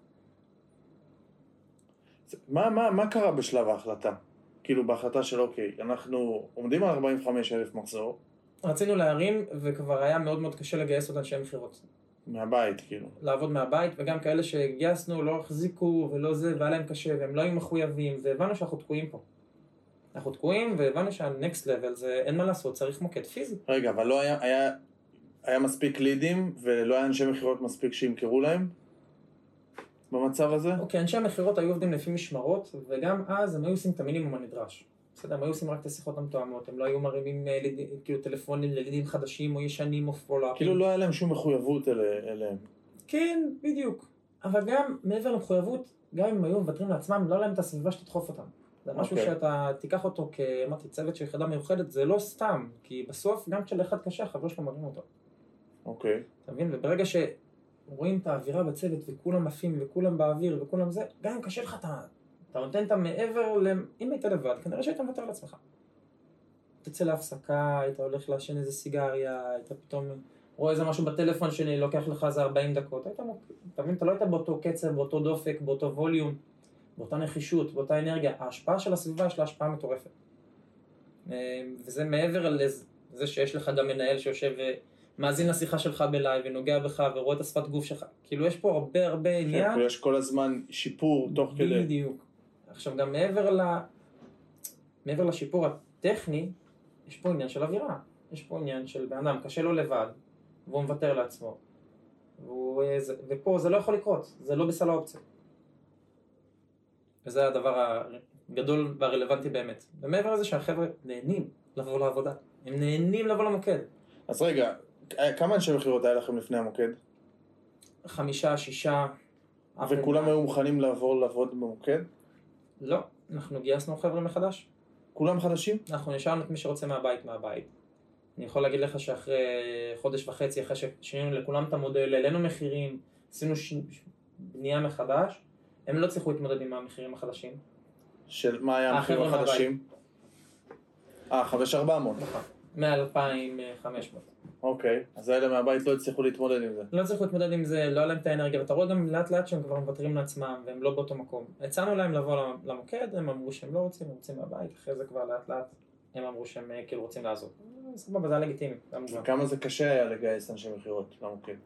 מה קרה בשלב ההחלטה? כאילו בהחלטה של אוקיי, אנחנו עומדים על 45,000 מחזור. רצינו להרים, וכבר היה מאוד מאוד קשה לגייס עוד אנשי מחירות. מהבית, כאילו. לעבוד מהבית, וגם כאלה שגייסנו, לא החזיקו ולא זה, והיה להם קשה, והם לא היו מחויבים, והבנו שאנחנו תקועים פה. אנחנו תקועים, והבנו שהנקסט לבל זה, אין מה לעשות, צריך מוקד פיזי. רגע, אבל לא היה מספיק לידים, ולא היה אנשי מחירות מספיק שימכרו להם? במצב הזה? אוקיי, אנשי המחירות היו עובדים לפי משמרות, וגם אז הם היו עושים את המינימום הנדרש. בסדר, הם היו עושים רק את השיחות המתואמות, הם לא היו מרימים כאילו טלפונים ללידים חדשים או ישנים או פולאפים. כאילו לא היה להם שום מחויבות אליהם. כן, בדיוק. אבל גם מעבר למחויבות, גם אם היו מוותרים לעצמם, לא להם את הסביבה שתדחוף אותם. זה משהו שאתה תיקח אותו כאמרתי, צוות של יחידה מיוחדת, זה לא סתם, כי בסוף גם כשלאחד קשה, החבר שלו מרים אותו. אוקיי. אתה מבין? וברגע שרואים את האווירה בצוות וכולם עפים וכולם באוויר וכולם זה, גם אם קשה לך אתה נותן את המעבר, אם היית לבד, כנראה שהיית מוותר על עצמך. תצא להפסקה, היית הולך לעשן איזה סיגריה, היית פתאום רואה איזה משהו בטלפון שלי, לוקח לך איזה 40 דקות, אתה מבין? אתה לא היית באותו קצב, באותו דופק, באותו ווליום, באותה נחישות, באותה אנרגיה. ההשפעה של הסביבה יש לה השפעה מטורפת. וזה מעבר לזה שיש לך גם מנהל שיושב ומאזין לשיחה שלך בלייב ונוגע בך ורואה את השפת גוף שלך. כאילו יש פה הרבה עניין. יש כל הזמן שיפור תוך כדי. בדיוק. עכשיו גם מעבר לשיפור הטכני, יש פה עניין של אווירה. יש פה עניין של בן אדם, קשה לו לבד, והוא מוותר לעצמו. ופה זה לא יכול לקרות, זה לא בסל האופציה. וזה הדבר הגדול והרלוונטי באמת. ומעבר לזה שהחבר'ה נהנים לבוא לעבודה. הם נהנים לבוא למוקד. אז רגע, כמה אנשי מחירות היה לכם לפני המוקד? 5, 6. וכולם היו מוכנים לעבוד במוקד? לא, אנחנו גייסנו חבר'ה מחדש. כולם חדשים? אנחנו נשארנו את מי שרוצה מהבית. אני יכול להגיד לך שאחרי חודש וחצי, אחרי ששינינו לכולם את המודל, העלינו מחירים, עשינו בנייה מחדש, הם לא צריכו להתמודד עם המחירים החדשים. של מה היה המחירים החדשים? 5,400. נכון, מעל 2,500. אוקיי, אז האלה מהבית לא הצליחו להתמודד עם זה. לא הצליחו להתמודד עם זה, לא היה להם את האנרגיה, ואתה רואה גם לאט לאט שהם כבר מוותרים לעצמם, והם לא באותו מקום. הצענו להם לבוא למוקד, הם אמרו שהם לא רוצים, הם רוצים מהבית, אחרי זה כבר לאט לאט הם אמרו שהם כאילו רוצים לעזוב. סבבה, זה היה לגיטימי. כמה זה קשה היה לגייס אנשי מחירות למוקד?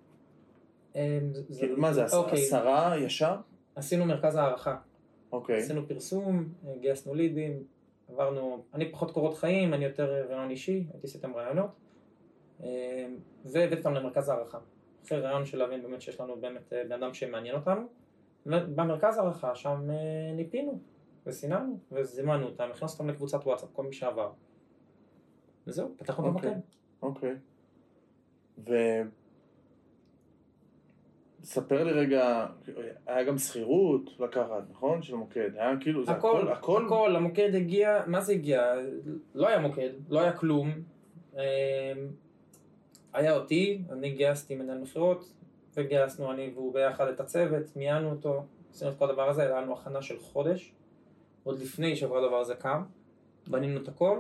מה זה, 10 ישר? עשינו מרכז הערכה. אוקיי. עשינו פרסום, גייסנו לידים, עברנו, אני פחות קורות חיים, אני יותר רעיון אישי, הייתי עשיתם רעיונות, והבאתי אותם למרכז הערכה. אחרי רעיון של להבין באמת שיש לנו באמת בן אדם שמעניין אותנו, ובמרכז הערכה שם ניפינו, וסיננו, וזימנו אותם, הכנסנו אותם לקבוצת וואטסאפ, כל מי שעבר. וזהו, פתחנו במוקד. אוקיי. ספר לי רגע, היה גם שכירות לקחת, נכון? של המוקד, היה כאילו, זה הכל, המוקד הגיע, מה זה הגיע? לא היה מוקד, לא היה כלום. היה אותי, אני גייסתי מנהל מכירות, וגייסנו אני והוא ביחד את הצוות, מיינו אותו, עשינו את כל הדבר הזה, היה לנו הכנה של חודש, עוד לפני שכל הדבר הזה קם, בנינו את הכל,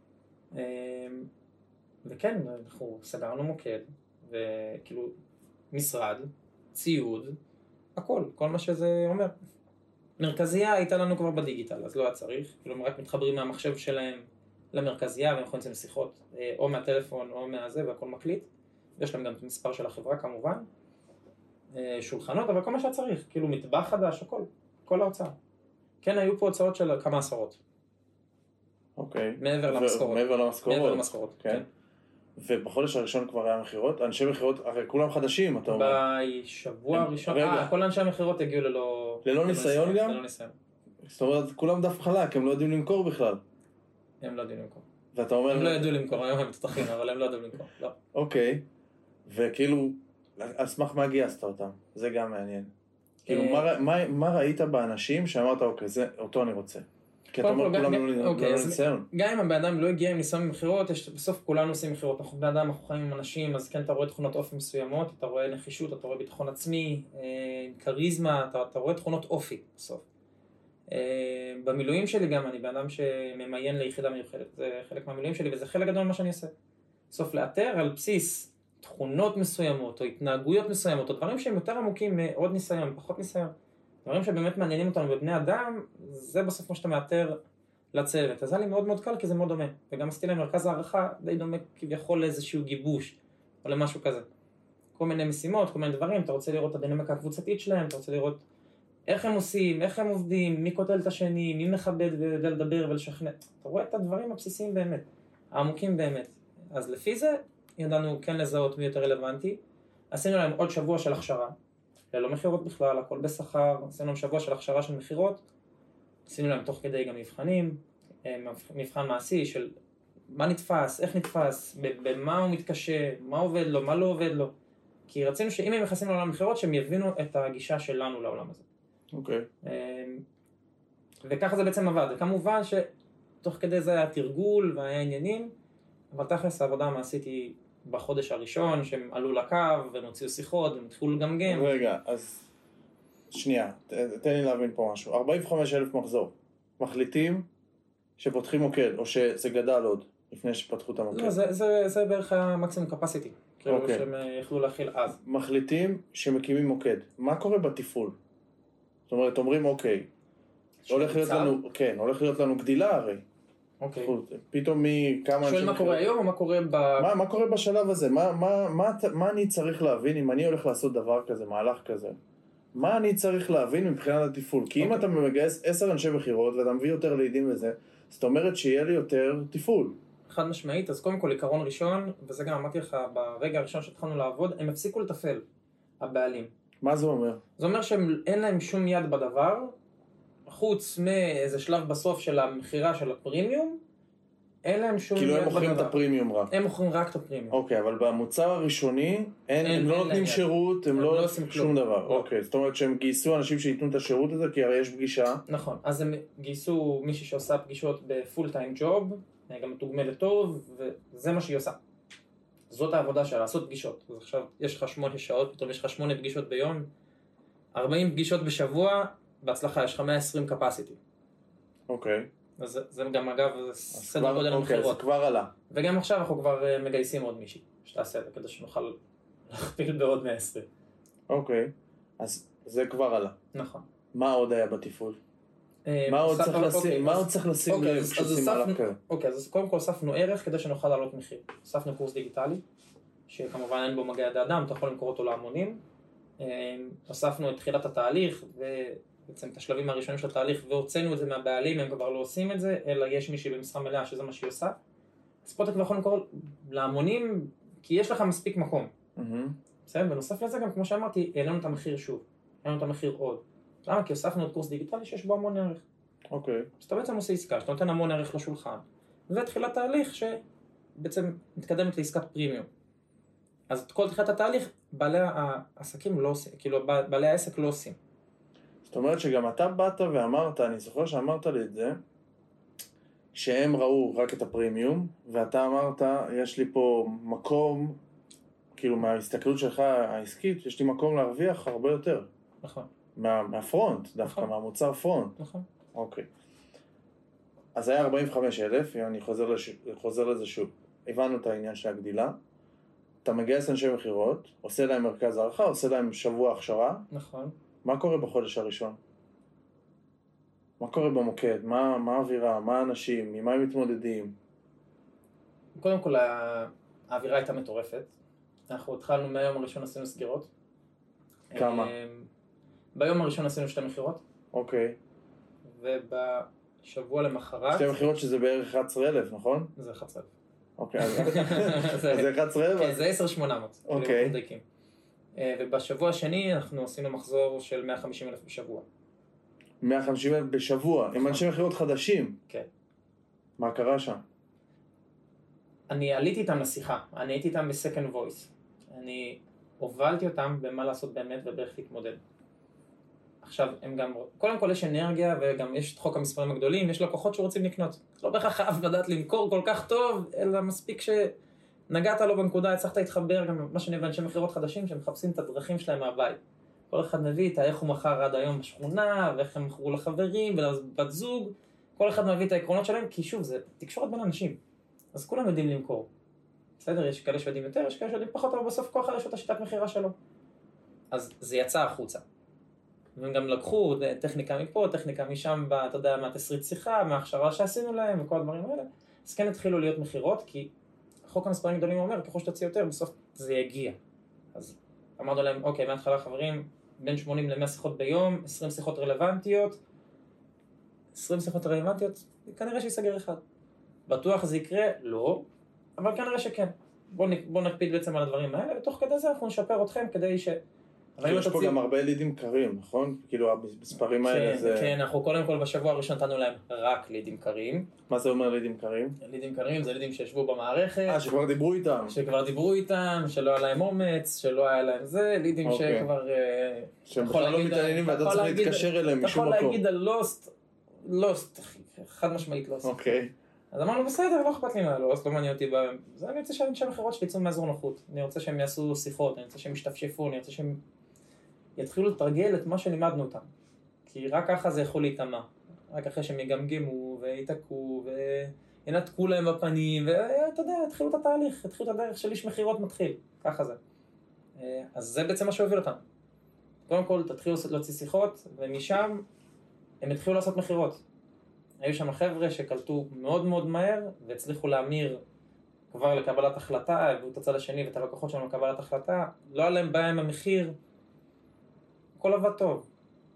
וכן, אנחנו סגרנו מוקד, וכאילו משרד, ציוד, הכל, כל מה שזה אומר. מרכזייה הייתה לנו כבר בדיגיטל, אז לא היה צריך, כאילו הם רק מתחברים מהמחשב שלהם למרכזייה, והם יכולים לצאת שיחות או מהטלפון או מהזה, והכל מקליט. יש להם גם את המספר של החברה כמובן, שולחנות, אבל כל מה שהיה צריך, כאילו מטבח חדש, הכל, כל ההוצאה. כן, היו פה הוצאות של כמה עשרות. אוקיי. מעבר למשכורות. מעבר למשכורות, כן. ובחודש הראשון כבר היה מכירות, אנשי מכירות, הרי כולם חדשים, אתה אומר. בשבוע הראשון, כל אנשי המכירות הגיעו ללא ניסיון גם? ללא ניסיון. זאת אומרת, כולם דף חלק, הם לא יודעים למכור בכלל. הם לא יודעים למכור. ואתה אומר... הם לא ידעו למכור, היום הם מצטרכים, אבל הם לא יודעים למכור, לא. אוקיי, וכאילו, על סמך מה גייסת אותם? זה גם מעניין. כאילו, מה ראית באנשים שאמרת, אוקיי, אותו אני רוצה? כי אתה אומר, כולם לא ניסיון. גם אם הבן אדם לא הגיע עם ניסיון במכירות, בסוף כולנו עושים מכירות, אנחנו בני אדם, אנחנו חיים עם אנשים, אז כן, אתה רואה תכונות אופי מסוימות, אתה רואה נחישות, אתה רואה ביטחון עצמי, קריזמה, אתה רואה תכונות אופי בסוף. במילואים שלי גם, אני בן אדם שממיין ליחידה מיוחדת, זה חלק מהמילואים שלי, וזה חלק גדול ממה שאני עושה. בסוף לאתר על בסיס תכונות מסוימות, או התנהגויות מסוימות, או דברים שהם יותר עמוקים מעוד ניסיון, פחות ניסיון. דברים שבאמת מעניינים אותנו בבני אדם, זה בסוף מה שאתה מאתר לצוות. אז זה לי מאוד מאוד קל, כי זה מאוד דומה. וגם עשיתי להם מרכז הערכה די דומה כביכול לאיזשהו גיבוש, או למשהו כזה. כל מיני משימות, כל מיני דברים, אתה רוצה לראות את הדינמיקה הקבוצתית שלהם, אתה רוצה לראות איך הם עושים, איך הם עובדים, מי קוטל את השני, מי מכבד ויודע לדבר ולשכנע. אתה רואה את הדברים הבסיסיים באמת, העמוקים באמת. אז לפי זה ידענו כן לזהות מי יותר רלוונטי. עשינו להם עוד שבוע של הכשרה. ללא מכירות בכלל, הכל בשכר, עשינו שבוע של הכשרה של מכירות, עשינו להם תוך כדי גם מבחנים, מבחן מעשי של מה נתפס, איך נתפס, במה הוא מתקשה, מה עובד לו, מה לא עובד לו, כי רצינו שאם הם נכנסים לעולם מכירות, שהם יבינו את הגישה שלנו לעולם הזה. אוקיי. וככה זה בעצם עבד, וכמובן שתוך כדי זה היה תרגול והיה עניינים, אבל תכלס העבודה המעשית היא בחודש הראשון, שהם עלו לקו, והם הוציאו שיחות, והם התחילו לגמגם. רגע, אז שנייה, תן לי להבין פה משהו. 45,000 מחזור. מחליטים שפותחים מוקד, או שזה גדל עוד, לפני שפתחו את המוקד? לא, זה בערך המקסימום קפסיטי. כאילו שהם יכלו להכיל אז. מחליטים שמקימים מוקד. מה קורה בתפעול? זאת אומרת, אומרים, אוקיי, הולך להיות לנו גדילה הרי. אוקיי. פתאום מכמה... שואל מה קורה היום או מה קורה מה קורה בשלב הזה? מה אני צריך להבין אם אני הולך לעשות דבר כזה, מהלך כזה? מה אני צריך להבין מבחינת התפעול? כי אם אתה מגייס 10 אנשי מכירות ואתה מביא יותר לידים וזה, זאת אומרת שיהיה לי יותר תפעול. חד משמעית, אז קודם כל עיקרון ראשון, וזה גם אמרתי לך ברגע הראשון שהתחלנו לעבוד, הם הפסיקו לתפעל, הבעלים. מה זה אומר? זה אומר שאין להם שום יד בדבר, חוץ מאיזה שלב בסוף של המחירה של הפרימיום, אין להם שום יד בדבר. כאילו הם מוכרים את הפרימיום רק. הם מוכרים רק את הפרימיום. אוקיי, אבל במוצר הראשוני, הם לא נותנים שירות, הם לא עושים שום דבר. אוקיי, זאת אומרת שהם גייסו אנשים שייתנו את השירות הזה, כי הרי יש פגישה. נכון, אז הם גייסו מישהי שעושה פגישות בפול טיים ג'וב, גם מתוגמלת טוב, וזה מה שהיא עושה. זאת העבודה שלה, לעשות פגישות. אז עכשיו יש לך 8 שעות, פתאום יש לך 8 פגישות ביום, 40 פגישות בשבוע, בהצלחה יש לך 120 capacity. אוקיי. אז זה גם אגב סדר גודל המחירות. אוקיי, זה כבר עלה. וגם עכשיו אנחנו כבר מגייסים עוד מישהי, שתעשה את זה כדי שנוכל להכפיל בעוד 120. אוקיי, אז זה כבר עלה. נכון. מה עוד היה בתפעול? מה עוד צריך לשים לב כשעושים מהלך כזה? אוקיי, אז קודם כל הוספנו ערך כדי שנוכל לעלות מחיר. הוספנו קורס דיגיטלי, שכמובן אין בו מגע ידי אדם, אתה יכול למכור אותו להמונים. הוספנו את תחילת התהליך, ובעצם את השלבים הראשונים של התהליך, והוצאנו את זה מהבעלים, הם כבר לא עושים את זה, אלא יש מישהי במשרה מלאה שזה מה שהיא עושה. אז פה אתה כבר יכול למכור להמונים, כי יש לך מספיק מקום. בסדר, בנוסף לזה גם, כמו שאמרתי, העלינו את המחיר שוב, העלינו את המחיר עוד. למה? כי הוספנו את קורס דיגיטלי שיש בו המון ערך. אוקיי. אז אתה בעצם עושה עסקה, שאתה נותן המון ערך לשולחן, ותחילת תהליך שבעצם מתקדמת לעסקת פרימיום. אז את כל תחילת התהליך, בעלי העסקים לא עושים, כאילו בעלי העסק לא עושים. זאת אומרת שגם אתה באת ואמרת, אני זוכר שאמרת לי את זה, שהם ראו רק את הפרימיום, ואתה אמרת, יש לי פה מקום כאילו מההסתכלות שלך העסקית, יש לי מקום להרוויח הרבה יותר. נכון. מהפרונט, דווקא נכון. מהמוצר פרונט. נכון. אוקיי. אז היה 45,000, אני חוזר לזה שוב. הבנו את העניין של הגדילה. אתה מגייס אנשי מחירות, עושה להם מרכז הערכה, עושה להם שבוע הכשרה. נכון. מה קורה בחודש הראשון? מה קורה במוקד? מה האווירה? מה האנשים? ממה הם מתמודדים? קודם כל, האווירה הייתה מטורפת. אנחנו התחלנו מהיום הראשון עשינו סגירות. כמה? ביום הראשון עשינו 2 מחירות. אוקיי. ובשבוע למחרת... 2 מחירות שזה בערך 11,000, נכון? זה 11,000. אוקיי, אז זה 11,000? כן, זה 10,800. אוקיי. ובשבוע השני אנחנו עשינו מחזור של 150,000 בשבוע. 150,000 בשבוע, עם אנשי מחירות חדשים? כן. מה קרה שם? אני עליתי איתם לשיחה, אני הייתי איתם ב-second voice. אני הובלתי אותם במה לעשות באמת ובאיך להתמודד. עכשיו, הם גם, קודם כל יש אנרגיה וגם יש את חוק המספרים הגדולים, יש לקוחות שרוצים לקנות. לא בהכרח חייב לדעת למכור כל כך טוב, אלא מספיק שנגעת לו בנקודה, הצלחת להתחבר גם מה שאני ואנשי מחירות חדשים שמחפשים את הדרכים שלהם מהבית. כל אחד מביא את איך הוא מכר עד היום בשכונה, ואיך הם מכרו לחברים ולבת זוג. כל אחד מביא את העקרונות שלהם, כי שוב, זה תקשורת בין אנשים. אז כולם יודעים למכור. בסדר, יש כאלה שיודעים יותר, יש כאלה שיודעים פחות, אבל בסוף כל אחד יש את השיטת מחירה שלו. אז זה יצא החוצה. והם גם לקחו טכניקה מפה, טכניקה משם, אתה יודע, מהתסריט שיחה, מההכשרה שעשינו להם, וכל הדברים האלה. אז כן התחילו להיות מחירות, כי חוק המספרים הגדולים אומר, ככל שתוציא יותר, בסוף זה יגיע. אז אמרנו להם, אוקיי, מההתחלה חברים, בין 80 ל-100 שיחות ביום, 20 שיחות רלוונטיות, 20 שיחות רלוונטיות, כנראה שיסגר אחד. בטוח זה יקרה? לא, אבל כנראה שכן. בוא נקפיד בעצם על הדברים האלה, ותוך כדי זה אנחנו נשפר אתכם כדי ש... יש פה גם הרבה לידים קרים, נכון? כאילו המספרים האלה זה... כן, אנחנו קודם כל בשבוע הראשון נתנו להם רק לידים קרים. מה זה אומר לידים קרים? לידים קרים זה לידים שישבו במערכת. שכבר דיברו איתם. שכבר דיברו איתם, שלא היה להם אומץ, שלא היה להם זה, לידים שכבר... שהם בכלל לא מתעניינים ואתה צריך להתקשר אליהם משום מקום. אתה יכול להגיד על לוסט, חד משמעית לוסט. אוקיי. אז אמרנו בסדר, לא אכפת לי מהלוסט, לא מעניין אותי בהם. אני רוצה שאנשי מחירות שיצאו מאזור נוחות. אני רוצה שהם יעשו שיחות, אני רוצה שהם ישתפשפו, אני רוצה שהם יתחילו לתרגל את מה שלימדנו אותם. כי רק ככה זה יכול להתאמה. רק אחרי שהם יגמגמו ויתקעו וינתקו להם בפנים, ואתה יודע, התחילו את התהליך, התחילו את הדרך של איש מחירות מתחיל. ככה זה. אז זה בעצם מה שהוביל אותם. קודם כל, תתחילו להוציא שיחות, ומשם הם התחילו לעשות מחירות. היו שם חבר'ה שקלטו מאוד מאוד מהר, והצליחו להמיר כבר לקבלת החלטה, הביאו את הצד השני ואת הלקוחות שלנו לקבלת החלטה, לא היה להם בעיה עם המחיר, הכל עבד טוב.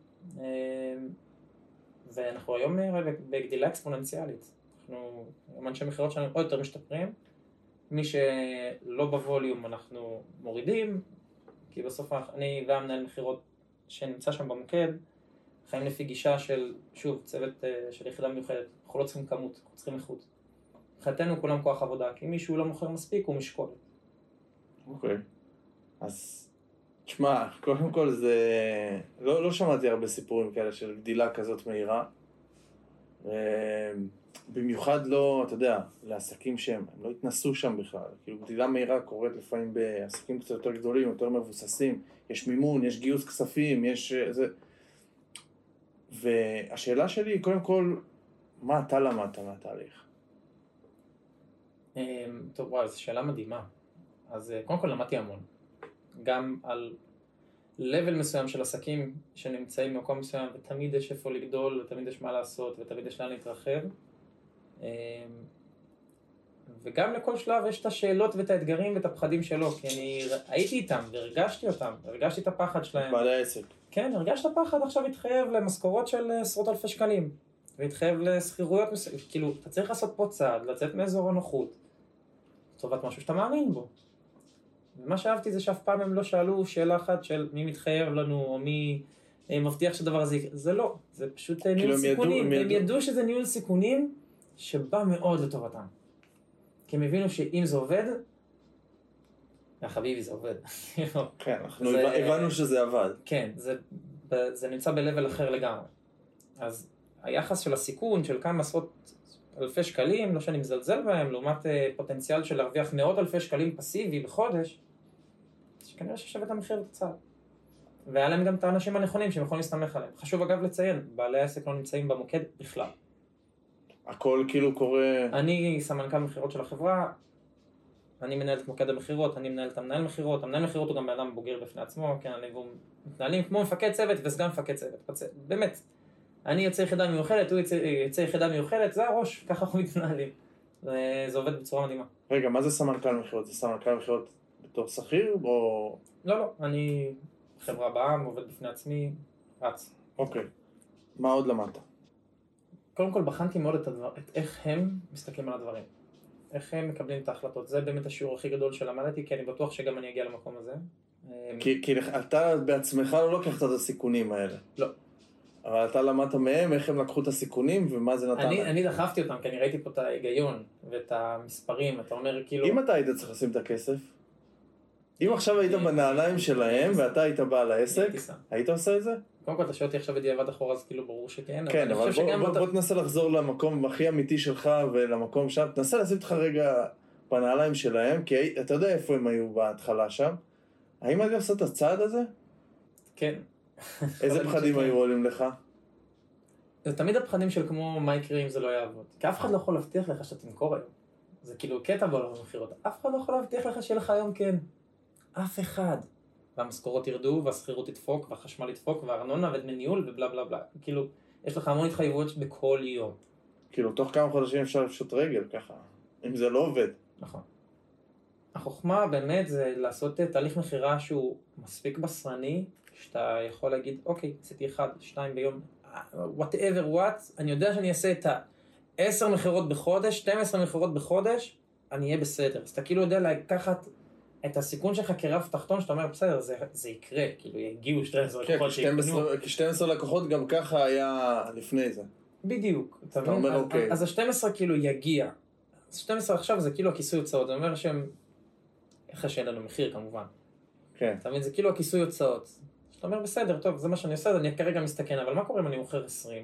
ואנחנו היום בגדילה אקספוננציאלית. אנחנו, אנשי מחירות שלנו עוד יותר משתפרים. מי שלא בווליום אנחנו מורידים, כי בסוף אני והמנהל מחירות שנמצא שם במוקד, חיים לפי גישה של, שוב, צוות של יחידה מיוחדת. אנחנו לא צריכים כמות, אנחנו צריכים איכות. מבחינתנו כולם כוח עבודה, כי מישהו לא מוכר מספיק, הוא משקול. אוקיי. אז, תשמע, קודם כל זה... לא שמעתי הרבה סיפורים כאלה של גדילה כזאת מהירה. במיוחד לא, אתה יודע, לעסקים שהם לא התנסו שם בכלל. כאילו, גדילה מהירה קורית לפעמים בעסקים קצת יותר גדולים, יותר מבוססים. יש מימון, יש גיוס כספים, יש... והשאלה שלי היא, קודם כל, מה אתה למדת מהתהליך? טוב, וואי, זו שאלה מדהימה. אז קודם כל למדתי המון. גם על level מסוים של עסקים שנמצאים במקום מסוים, ותמיד יש איפה לגדול, ותמיד יש מה לעשות, ותמיד יש לאן להתרחב. וגם לכל שלב יש את השאלות ואת האתגרים ואת הפחדים שלו, כי אני הייתי איתם והרגשתי אותם, הרגשתי את הפחד שלהם. בעלי העסק. כן, הרגשת פחד עכשיו התחייב למשכורות של עשרות אלפי שקלים, והתחייב לסחירויות מסוימת, כאילו, אתה צריך לעשות פה צעד, לצאת מאזור הנוחות, לטובת משהו שאתה מאמין בו. ומה שאהבתי זה שאף פעם הם לא שאלו שאלה אחת של מי מתחייב לנו, או מי מבטיח שדבר הזה יקרה. זה לא, זה פשוט ניהול סיכונים. הם ידעו שזה ניהול סיכונים שבא מאוד לטובתם. כי הם הבינו שאם זה עובד, חביבי זה עובד. כן, אנחנו הבנו שזה עבד. כן, זה נמצא ב-level אחר לגמרי. אז היחס של הסיכון של כמה עשרות אלפי שקלים, לא שאני מזלזל בהם, לעומת פוטנציאל של להרוויח מאות אלפי שקלים פסיבי בחודש, שכנראה ששווה את המחיר קצת. והיה להם גם את האנשים הנכונים שהם יכולים להסתמך עליהם. חשוב אגב לציין, בעלי העסק לא נמצאים במוקד בכלל. הכל כאילו קורה... אני סמנכ"ל מכירות של החברה, אני מנהל את מוקד המכירות, אני מנהל את המנהל מכירות, המנהל מכירות הוא גם באדם בוגר בפני עצמו, כן, אני והוא מתנהלים כמו מפקד צוות וסגן מפקד צוות, באמת. אני יוצא יחידה מיוחדת, הוא יוצא יחידה מיוחדת, זה הראש, ככה אנחנו מתנהלים. זה עובד בצורה מדהימה. רגע, מה זה סמנכ"ל מכירות? זה סמנכ"ל מכירות בתור שכיר או... לא, אני חברה בעם, עובד בפני עצמי, רץ. אוקיי. מה עוד למדת? קודם כל בחנתי מאוד את איך הם מסתכלים על הדברים. איך הם מקבלים את ההחלטות. זה באמת השיעור הכי גדול שלמדתי, כי אני בטוח שגם אני אגיע למקום הזה. כי אתה בעצמך לא לוקח את הסיכונים האלה. לא. אבל אתה למדת מהם איך הם לקחו את הסיכונים ומה זה נתן להם. אני דחפתי אותם, כי אני ראיתי פה את ההיגיון ואת המספרים, אתה אומר כאילו... אם אתה היית צריך לשים את הכסף, אם עכשיו היית בנעליים שלהם ואתה היית בעל העסק, היית עושה את זה? קודם כל, אתה שואל אותי עכשיו בדיעבד אחורה, אז כאילו ברור שכן. כן, אבל בוא תנסה לחזור למקום הכי אמיתי שלך ולמקום שם, תנסה לשים אותך רגע בנעליים שלהם, כי אתה יודע איפה הם היו בהתחלה שם. האם היית עושה את הצעד הזה? כן. איזה פחדים היו עולים לך? זה תמיד הפחדים של כמו מה יקרה אם זה לא יעבוד. כי אף אחד לא יכול להבטיח לך שאתה תמכור היום. זה כאילו קטע בעולם המכירות. אף אחד לא יכול להבטיח לך שיהיה לך היום כן. אף אחד. והמשכורות ירדו, והשכירות תדפוק, והחשמל ידפוק, והארנונה ודמי ניהול ובלה בלה בלה. כאילו, יש לך המון התחייבויות בכל יום. כאילו, תוך כמה חודשים אפשר לפשוט רגל ככה, אם זה לא עובד. נכון. החוכמה באמת זה לעשות תהליך מחירה שהוא מספיק בשרני, שאתה יכול להגיד, אוקיי, עשיתי 1, 2 ביום, whatever what, אני יודע שאני אעשה את 10 מכירות בחודש, 12 מכירות בחודש, אני אהיה בסדר. אז אתה כאילו יודע לקחת את הסיכון שלך כרף תחתון, שאתה אומר, בסדר, זה יקרה, כאילו יגיעו 12 לקוחות שיקנו. כי 12 לקוחות גם ככה היה לפני זה. בדיוק. אתה אומר, אוקיי. אז ה-12 כאילו יגיע. 12 עכשיו זה כאילו הכיסוי הוצאות, זה אומר שהם, אחרי שאין לנו מחיר כמובן. כן. אתה מבין, זה כאילו הכיסוי הוצאות. אתה אומר, בסדר, טוב, זה מה שאני עושה, אני כרגע מסתכן, אבל מה קורה אם אני מוכר 20?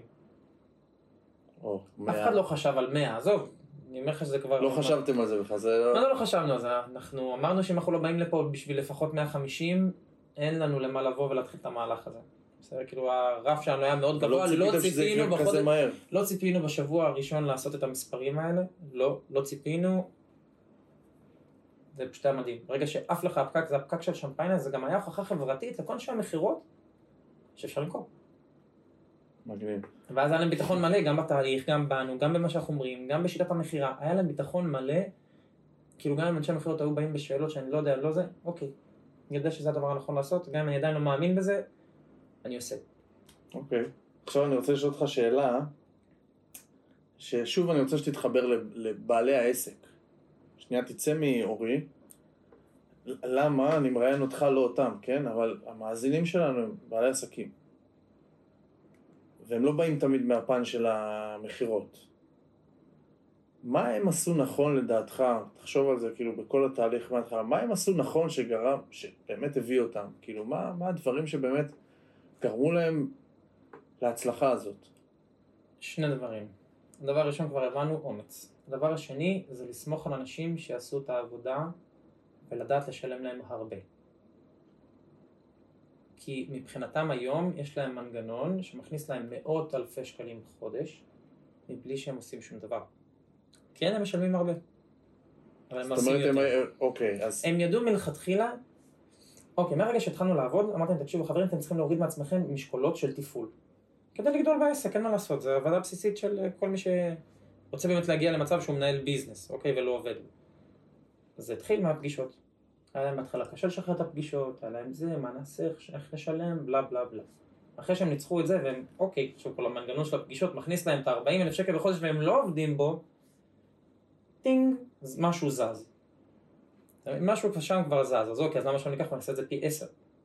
אף אחד לא חשב על 100, עזוב. אני אומר לך שזה כבר... לא חשבתם על זה בכלל, זה לא... לא חשבנו על זה, אנחנו אמרנו שאם אנחנו לא באים לפה בשביל לפחות 150, אין לנו למה לבוא ולהתחיל את המהלך הזה. בסדר, כאילו הרף שלנו היה מאוד גבוה, לא ציפינו בשבוע הראשון לעשות את המספרים האלה, לא ציפינו, זה פשוט היה מדהים. ברגע שאף לך הפקק, זה הפקק של שמפיינה, זה גם היה הוכחה חברתית לכל שעה מחירות שאפשר למכור. מגניב. ואז היה להם ביטחון מלא, גם בתהליך, גם בנו, גם במה שאנחנו אומרים, גם בשיטת המחירה. היה להם ביטחון מלא, כאילו גם אם אנשי המחירות היו באים בשאלות שאני לא יודע, לא זה, אוקיי. אני יודע שזה הדבר הנכון לעשות, גם אם אני עדיין לא מאמין בזה, אני עושה. אוקיי. עכשיו אני רוצה לשאול אותך שאלה, ששוב אני רוצה שתתחבר לבעלי העסק. שנייה תצא מאורי. למה? אני מראיין אותך לא אותם, כן? אבל המאזינים שלנו הם בעלי עסקים. והם לא באים תמיד מהפן של המחירות. מה הם עשו נכון לדעתך? תחשוב על זה כאילו בכל התהליך מההתחלה. מה הם עשו נכון שגרם, שבאמת הביא אותם? כאילו מה הדברים שבאמת גרמו להם להצלחה הזאת? שני דברים. הדבר הראשון כבר הבנו אומץ. הדבר השני זה לסמוך על אנשים שיעשו את העבודה ולדעת לשלם להם הרבה. כי מבחינתם היום יש להם מנגנון שמכניס להם מאות אלפי שקלים בחודש, מבלי שהם עושים שום דבר. כן, הם משלמים הרבה. אבל הם עושים יותר. אוקיי, אז... הם ידעו מלכתחילה, אוקיי, מהרגע שהתחלנו לעבוד, אמרתי להם, תקשיבו חברים, אתם צריכים להוריד מעצמכם משקולות של טיפול. כדי לגדול בעסק, אין מה לעשות, זו עבודה בסיסית של כל מי שרוצה באמת להגיע למצב שהוא מנהל ביזנס, אוקיי, ולא עובד. אז זה התחיל מהפגישות. היה להם בהתחלה קשה לשחרר את הפגישות, היה להם זה, מה נעשה, איך נשלם, בלה בלה בלה. אחרי שהם ניצחו את זה, והם, אוקיי, עכשיו כל המנגנון של הפגישות מכניס להם את 40,000 שקל בחודש, והם לא עובדים בו, טינג, משהו זז. משהו שם כבר זז, אז אוקיי, אז למה שאני אקח ונעשה את זה פי 10?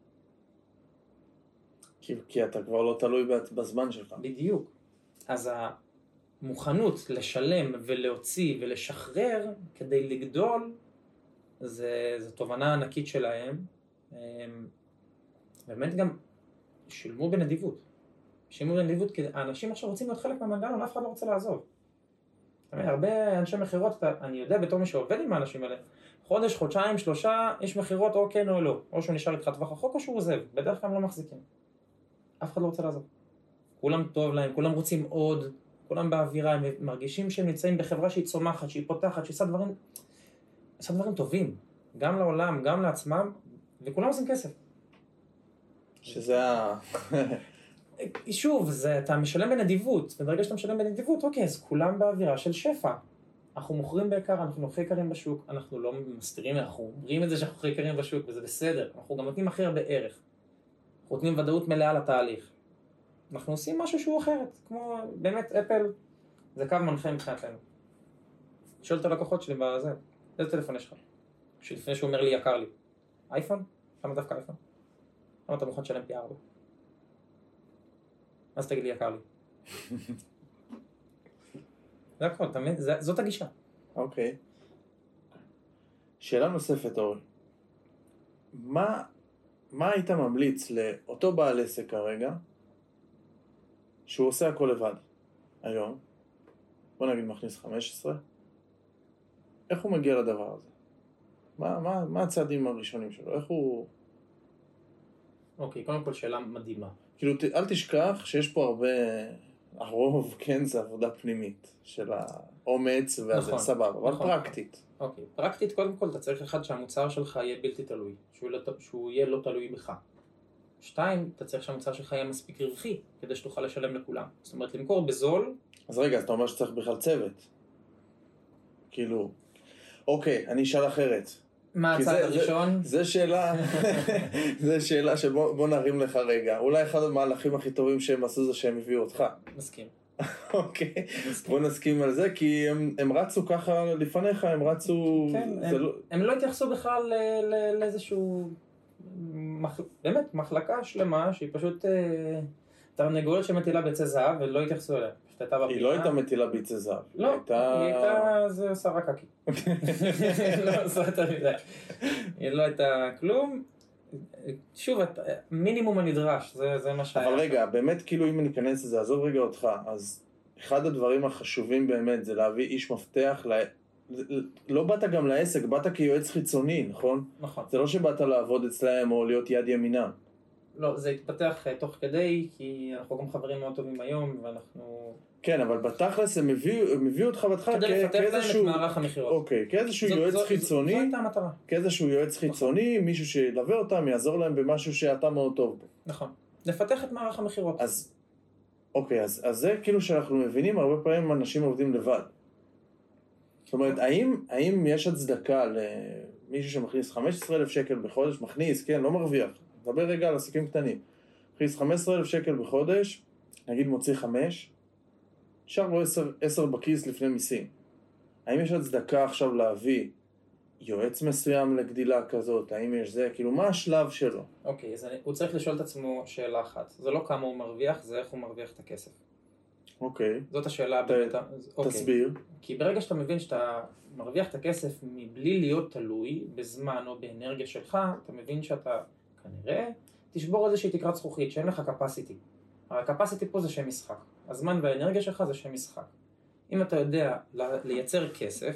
כי אתה כבר לא תלוי בזמן שלך. בדיוק. אז המוכנות לשלם ולהוציא ולשחרר כדי לגדול, זו תובנה ענקית שלהם. באמת גם שילמו בנדיבות. שילמו בנדיבות כי האנשים עכשיו רוצים להיות חלק מהמנגנון, אף אחד לא רוצה לעזוב. הרבה אנשי מחירות, אני יודע בתור מי שעובד עם האנשים האלה, חודש, חודשיים, 3, יש מחירות או כן או לא. או שהוא נשאר איתך טווח רחוק או שהוא עוזב. בדרך כלל הם לא מחזיקים. אף אחד לא רוצה לעזוב. כולם טוב להם, כולם רוצים עוד, כולם באווירה, הם מרגישים שהם נמצאים בחברה שהיא צומחת, שהיא פותחת, שעושה דברים טובים. גם לעולם, גם לעצמם, וכולם עושים כסף. שזה שוב, אתה משלם בנדיבות, וברגע שאתה משלם בנדיבות, אוקיי, אז כולם באווירה של שפע. אנחנו מוכרים בעיקר, אנחנו הכי יקרים בשוק, אנחנו לא מסתירים, אנחנו אומרים את זה שאנחנו הכי יקרים בשוק, וזה בסדר. אנחנו גם נותנים הכי הרבה ערך. אנחנו נותנים ודאות מלאה לתהליך. אנחנו עושים משהו שהוא אחרת, כמו באמת אפל, זה קו מנחה מבחינתנו. שואל את הלקוחות שלי בזה, איזה טלפון יש לך? שלפני שהוא אומר לי יקר לי. אייפון? למה דווקא אייפון? למה אתה מוכן לשלם פי 4? אז תגיד לי יקר לי. זה הכל, זאת הגישה. אוקיי. שאלה נוספת, אורי. מה היית ממליץ לאותו בעל עסק כרגע, שהוא עושה הכל לבד היום? בוא נגיד מכניס 15. איך הוא מגיע לדבר הזה? מה הצעדים הראשונים שלו? איך הוא... אוקיי, קודם כל שאלה מדהימה. כאילו, אל תשכח שיש פה הרבה... הרוב, כן, זה עבודה פנימית של האומץ והזה, סבבה, אבל פרקטית. אוקיי, פרקטית, קודם כל, אתה צריך אחד שהמוצר שלך יהיה בלתי תלוי, שהוא יהיה לא תלוי בך. 2, אתה צריך שהמוצר שלך יהיה מספיק רווחי, כדי שתוכל לשלם לכולם. זאת אומרת, למכור בזול... אז רגע, אז אתה אומר שצריך בכלל צוות. כאילו, אוקיי, אני אשאל אחרת. מה הצעד הראשון? זה שאלה שבוא נרים לך רגע. אולי אחד המהלכים הכי טובים שהם עשו זה שהם הביאו אותך. מסכים. אוקיי, בוא נסכים על זה, כי הם רצו ככה לפניך, הם רצו... כן, הם לא התייחסו בכלל לאיזשהו... באמת, מחלקה שלמה שהיא פשוט תרנגולת שמטילה ביצי זהב ולא התייחסו אליה. היא לא הייתה מטילה ביצי זהב. לא, היא הייתה... זה עושה רק קקי. לא עושה יותר מדי. היא לא הייתה כלום. שוב, מינימום הנדרש, זה מה שהיה. אבל רגע, באמת כאילו אם ניכנס לזה, עזוב רגע אותך, אז אחד הדברים החשובים באמת זה להביא איש מפתח, לא באת גם לעסק, באת כיועץ חיצוני, נכון? נכון. זה לא שבאת לעבוד אצלהם או להיות יד ימינם. לא, זה התפתח תוך כדי, כי אנחנו גם חברים מאוד טובים היום, ואנחנו... כן, אבל בתכלס הם הביאו אותך בתחילה כדי לפתח להם את מערך המחירות. אוקיי, כאיזשהו יועץ חיצוני. זו הייתה המטרה. כאיזשהו יועץ חיצוני, מישהו שילווה אותם, יעזור להם במשהו שאתה מאוד טוב בו. נכון. לפתח את מערך המחירות. אז, אוקיי, אז זה כאילו שאנחנו מבינים, הרבה פעמים אנשים עובדים לבד. זאת אומרת, האם יש הצדקה למישהו שמכניס 15,000 שקל בחודש, מכניס, כן, לא מרוויח. דבר רגע על עסקים קטנים. מכניס 15,000 שקל בחודש, נגיד מוציא 5, נשאר לו 10 בכיס לפני מיסים. האם יש הצדקה עכשיו להביא יועץ מסוים לגדילה כזאת? האם יש זה? כאילו, מה השלב שלו? אוקיי, אז הוא צריך לשאול את עצמו שאלה אחת. זה לא כמה הוא מרוויח, זה איך הוא מרוויח את הכסף. אוקיי. זאת השאלה. תסביר. כי ברגע שאתה מבין שאתה מרוויח את הכסף מבלי להיות תלוי בזמן או באנרגיה שלך, אתה מבין שאתה כנראה תשבור איזושהי תקרת זכוכית, שאין לך capacity. ה-capacity פה זה שם משחק. הזמן והאנרגיה שלך זה שם משחק. אם אתה יודע לייצר כסף,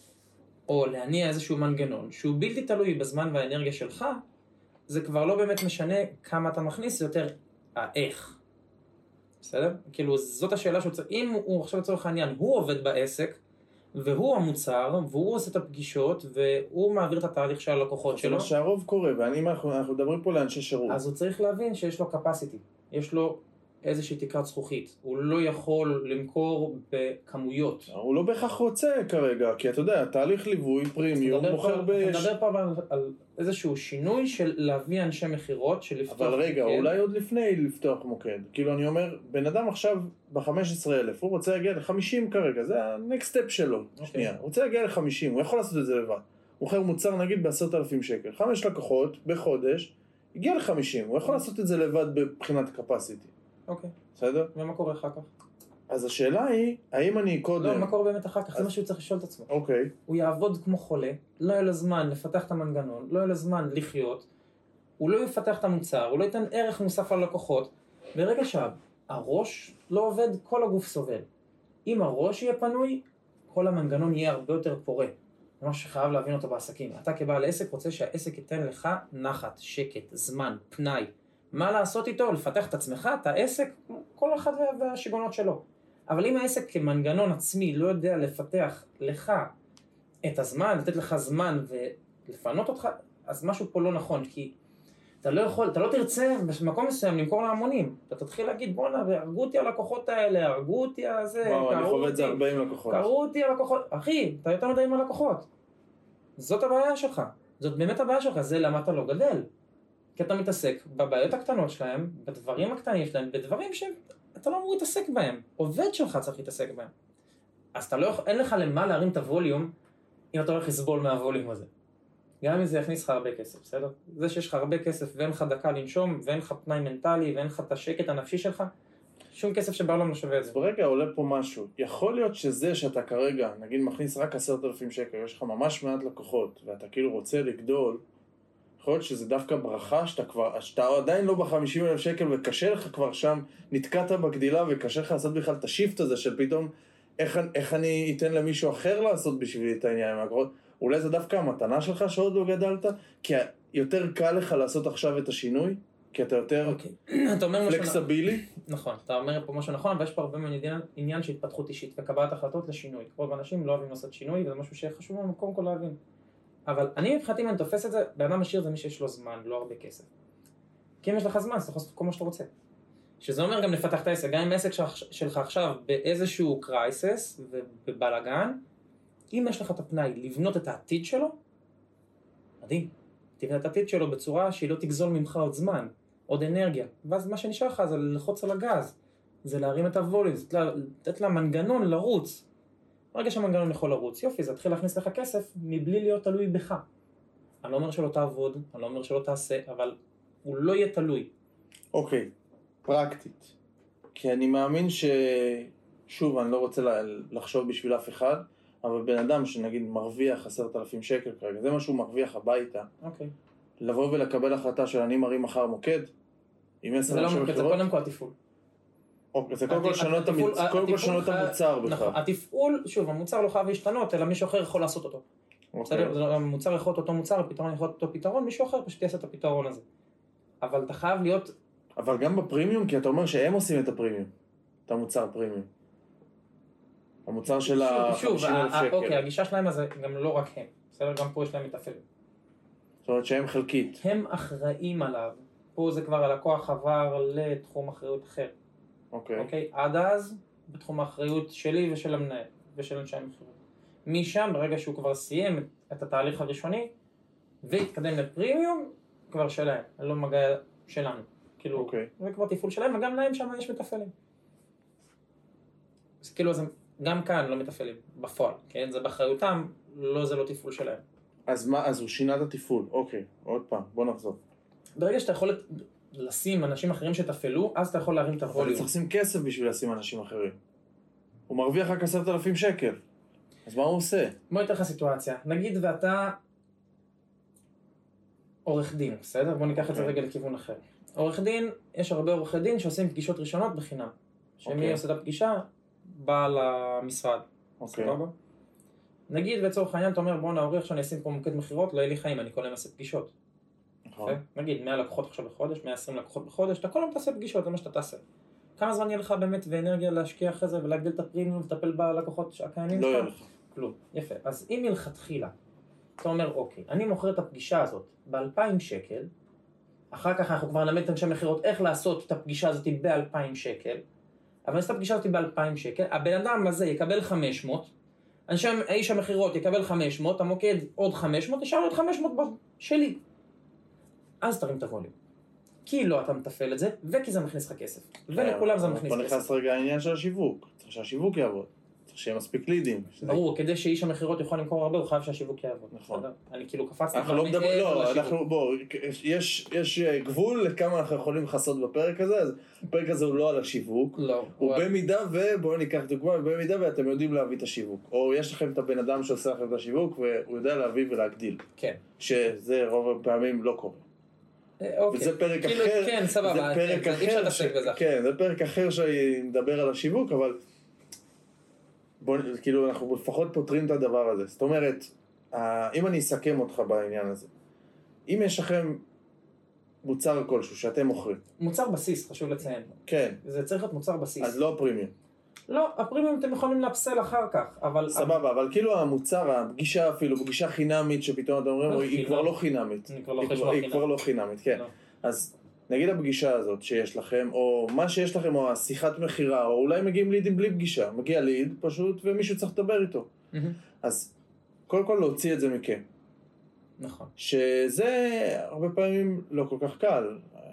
או להניע איזשהו מנגנון, שהוא בלתי תלוי בזמן והאנרגיה שלך, זה כבר לא באמת משנה כמה אתה מכניס, זה יותר האיך. בסדר? כאילו, זאת השאלה אם הוא עכשיו לצורך העניין, הוא עובד בעסק, והוא המוצר, והוא עושה את הפגישות, והוא מעביר את התהליך של הלקוחות שלו. זה מה שהרוב קורה, אנחנו מדברים פה לאנשי שירות. אז הוא צריך להבין שיש לו capacity, יש לו איזושהי תקרת זכוכית. הוא לא יכול למכור בכמויות. הוא לא בהכרח רוצה כרגע, כי אתה יודע, תהליך ליווי, פרימיום, מוכר נדבר פה על איזשהו שינוי של להביא אנשי מחירות, של לפתוח אבל רגע, אולי עוד לפני לפתוח מוקד. כאילו אני אומר, בן אדם עכשיו ב-15,000, הוא רוצה להגיע ל-50 כרגע, זה ה-next step שלו. שנייה, הוא רוצה להגיע ל-50, הוא יכול לעשות את זה לבד. הוא מוכר מוצר נגיד ב10,000 שקל, 5 לקוחות בחודש, הגיע ל-50, הוא יכול לעשות את זה לבד בבחינת capacity. אוקיי. בסדר? ומה קורה אחר כך? אז השאלה היא, האם אני קודם... לא, מה קורה באמת אחר כך? זה מה שהוא צריך לשאול את עצמו. אוקיי. הוא יעבוד כמו חולה, לא יהיה לו זמן לפתח את המנגנון, לא יהיה לו זמן לחיות, הוא לא יפתח את המוצר, הוא לא ייתן ערך מוסף ללקוחות. ברגע שהראש לא עובד, כל הגוף סובל. אם הראש יהיה פנוי, כל המנגנון יהיה הרבה יותר פורה. זה משהו שחייב להבין אותו בעסקים. אתה כבעל עסק רוצה שהעסק ייתן לך נחת, שקט, זמן, פנאי. מה לעשות איתו? לפתח את עצמך, את העסק, כל אחד והשיגונות שלו. אבל אם העסק כמנגנון עצמי לא יודע לפתח לך את הזמן, לתת לך זמן ולפנות אותך, אז משהו פה לא נכון, כי אתה לא תרצה במקום מסוים למכור להמונים. אתה תתחיל להגיד, בוא'נה, הרגו אותי הלקוחות האלה, הרגו אותי הזה, וואו, אני חווה את זה 40 לקוחות. קראו אותי הלקוחות. אחי, אתה יותר מדי עם הלקוחות. זאת הבעיה שלך. זאת באמת הבעיה שלך, זה למה אתה לא גדל. כי אתה מתעסק בבעיות הקטנות שלהם, בדברים הקטנים שלהם, בדברים שאתה לא אמור להתעסק בהם. עובד שלך צריך להתעסק בהם. אז אין לך למה להרים את הווליום, אם אתה הולך לסבול מהווליום הזה. גם אם זה יכניס לך הרבה כסף, בסדר? זה שיש לך הרבה כסף ואין לך דקה לנשום, ואין לך פנאי מנטלי, ואין לך את השקט הנפשי שלך, שום כסף שבעולם לא שווה את זה. אז ברגע עולה פה משהו. יכול להיות שזה שאתה כרגע, נגיד, מכניס רק 10,000 שקל, יש לך ממש מעט לקוחות, ואתה כאילו רוצה לגדול, יכול להיות שזה דווקא ברכה שאתה עדיין לא ב50,000 שקל, וקשה לך כבר שם, נתקעת בגדילה, וקשה לך לעשות בכלל את השיפט הזה, של פתאום, איך אני אתן למישהו אחר לעשות בשבילי את העניין עם האגרות? אולי זה דווקא המתנה שלך שעוד לא גדלת? כי יותר קל לך לעשות עכשיו את השינוי? כי אתה יותר פלקסבילי? נכון, אתה אומר פה משהו נכון, אבל יש פה הרבה עניין של התפתחות אישית וקבלת החלטות לשינוי. רוב האנשים לא אוהבים לעשות שינוי, וזה משהו שחשוב לנו קודם כל להבין. אבל אני מבחינתי, אם אני תופס את זה, באדם עשיר זה מי שיש לו זמן, לא הרבה כסף. כי אם יש לך זמן, אז אתה יכול לעשות כל מה שאתה רוצה. שזה אומר גם לפתח את העסק, גם אם העסק שלך עכשיו באיזשהו קרייסס ובבלגן, אם יש לך את הפנאי לבנות את העתיד שלו, מדהים, תבנה את העתיד שלו בצורה שהיא לא תגזול ממך עוד זמן, עוד אנרגיה, ואז מה שנשאר לך זה ללחוץ על הגז, זה להרים את הווליום, זה לתת למנגנון לרוץ. ברגע שהמנגנון יכול לרוץ, יופי, זה התחיל להכניס לך כסף מבלי להיות תלוי בך. אני לא אומר שלא תעבוד, אני לא אומר שלא תעשה, אבל הוא לא יהיה תלוי. אוקיי, פרקטית. כי אני מאמין שוב, אני לא רוצה לחשוב בשביל אף אחד, אבל בן אדם שנגיד מרוויח 10,000 שקל כרגע, זה מה שהוא מרוויח הביתה. אוקיי. לבוא ולקבל החלטה של אני מרים מחר מוקד, עם 10 זה לא מוקד, זה קודם כל התפעול. אוקיי, זה קודם כל שנות המוצר בכלל. נכון, התפעול, שוב, המוצר לא חייב להשתנות, אלא מישהו אחר יכול לעשות אותו. המוצר יכול להיות אותו מוצר, הפתרון יכול להיות אותו פתרון, מישהו אחר פשוט יעשה את הפתרון הזה. אבל אתה חייב להיות... אבל גם בפרימיום, כי אתה אומר שהם עושים את הפרימיום, את המוצר פרימיום. המוצר של ה-50,000 שקל. אוקיי, הגישה שלהם הזה גם לא רק הם. בסדר, גם פה יש להם מתפעלים. זאת אומרת שהם חלקית. הם אחראים עליו. פה זה כבר הלקוח עבר לתחום אחריות אחר. אוקיי? עד אז, בתחום האחריות שלי ושל המנהל, ושל אנשי המחירות. משם, ברגע שהוא כבר סיים את התהליך הראשוני, והתקדם לפרימיום, כבר שלהם. לא מגע שלנו. כאילו, זה כבר תפעול שלהם, וגם להם שם יש מתפעלים. אז כאילו, גם כאן לא מתפעלים, בפועל, כן? זה באחריותם, לא, זה לא תפעול שלהם. אז מה, אז הוא שינה את התפעול, אוקיי, עוד פעם, בוא נחזור. ברגע שאתה יכול לשים אנשים אחרים שתפעלו, אז אתה יכול להרים את הווליום. אבל צריך לשים כסף בשביל לשים אנשים אחרים. הוא מרוויח רק 10,000 שקל, אז מה הוא עושה? בוא ניתן לך סיטואציה, נגיד ואתה עורך דין, בסדר? בוא ניקח את זה רגע לכיוון אחר. עורך דין, יש הרבה עורכי דין שעושים פגישות ראשונות בחינם. שמי עושה את הפגישה? בעל המשרד. סבבה? נגיד לצורך העניין אתה אומר בוא נעורך שאני אשים פה מוקד מחירות, לא יהיה לי חיים, אני כל היום אעשה פגישות. נגיד 100 לקוחות עכשיו בחודש, 120 לקוחות בחודש, אתה כל היום תעשה פגישות, זה מה שאתה תעשה. כמה זמן יהיה לך באמת ואנרגיה להשקיע אחרי זה ולהגדיל את הפרימיום ולטפל בלקוחות הקיימים שלך? לא יהיה לך. כלום. יפה. אז אם מלכתחילה אתה אומר אוקיי, אני מוכר את הפגישה הזאת ב2,000 שקל, אחר כך אנחנו כבר נלמד את אנשי מחירות איך לעשות את הפגישה הזאת ב2,000 שקל, אבל נעשה את הפגישה הזאת ב2,000 שקל, הבן אדם הזה יקבל 500, האיש המחירות יקבל 500, המוקד עוד 500, נשאר עוד 500 שלי. אז תרים את הווליום. כי לא אתה מטפל את זה, וכי זה מכניס לך כסף. ולכולם זה מכניס כסף. פה נכנס רגע העניין של השיווק. צריך שהשיווק יעבוד. צריך שיהיה מספיק לידים. ברור, כדי שאיש המחירות יוכל למכור הרבה, הוא חייב שהשיווק יעבוד. נכון. אני כאילו קפצתי... אנחנו לא מדברים, לא, אנחנו, בוא, יש גבול לכמה אנחנו יכולים לחסות בפרק הזה, אז הפרק הזה הוא לא על השיווק. לא. הוא במידה ובואו ניקח דוגמה, במידה ואתם יודעים להביא את השיווק. או יש לכם את הבן אדם שעושה לכם את השיווק, והוא יודע להביא ולהגדיל. כן. שזה רוב הפעמים לא קורה. וזה פרק אחר, כן, סבבה, כן, זה פרק אחר שאני מדבר על השיווק, אבל כאילו אנחנו לפחות פותרים את הדבר הזה. זאת אומרת, אם אני אסכם אותך בעניין הזה, אם יש לכם מוצר כלשהו שאתם מוכרים. מוצר בסיס, חשוב לציין. כן. זה צריך להיות מוצר בסיס. אז לא פרימיום. לא, הפרימיום אתם יכולים להפסל אחר כך, אבל... סבבה, אבל כאילו המוצר, הפגישה אפילו, פגישה חינמית שפתאום אתם אומרים, היא כבר לא חינמית. היא כבר לא חינמית, כן. אז נגיד הפגישה הזאת שיש לכם, או מה שיש לכם, או השיחת מחירה, או אולי מגיעים לידים בלי פגישה. מגיע ליד פשוט, ומישהו צריך לדבר איתו. אז קודם כל להוציא את זה מכם. נכון. שזה הרבה פעמים לא כל כך קל.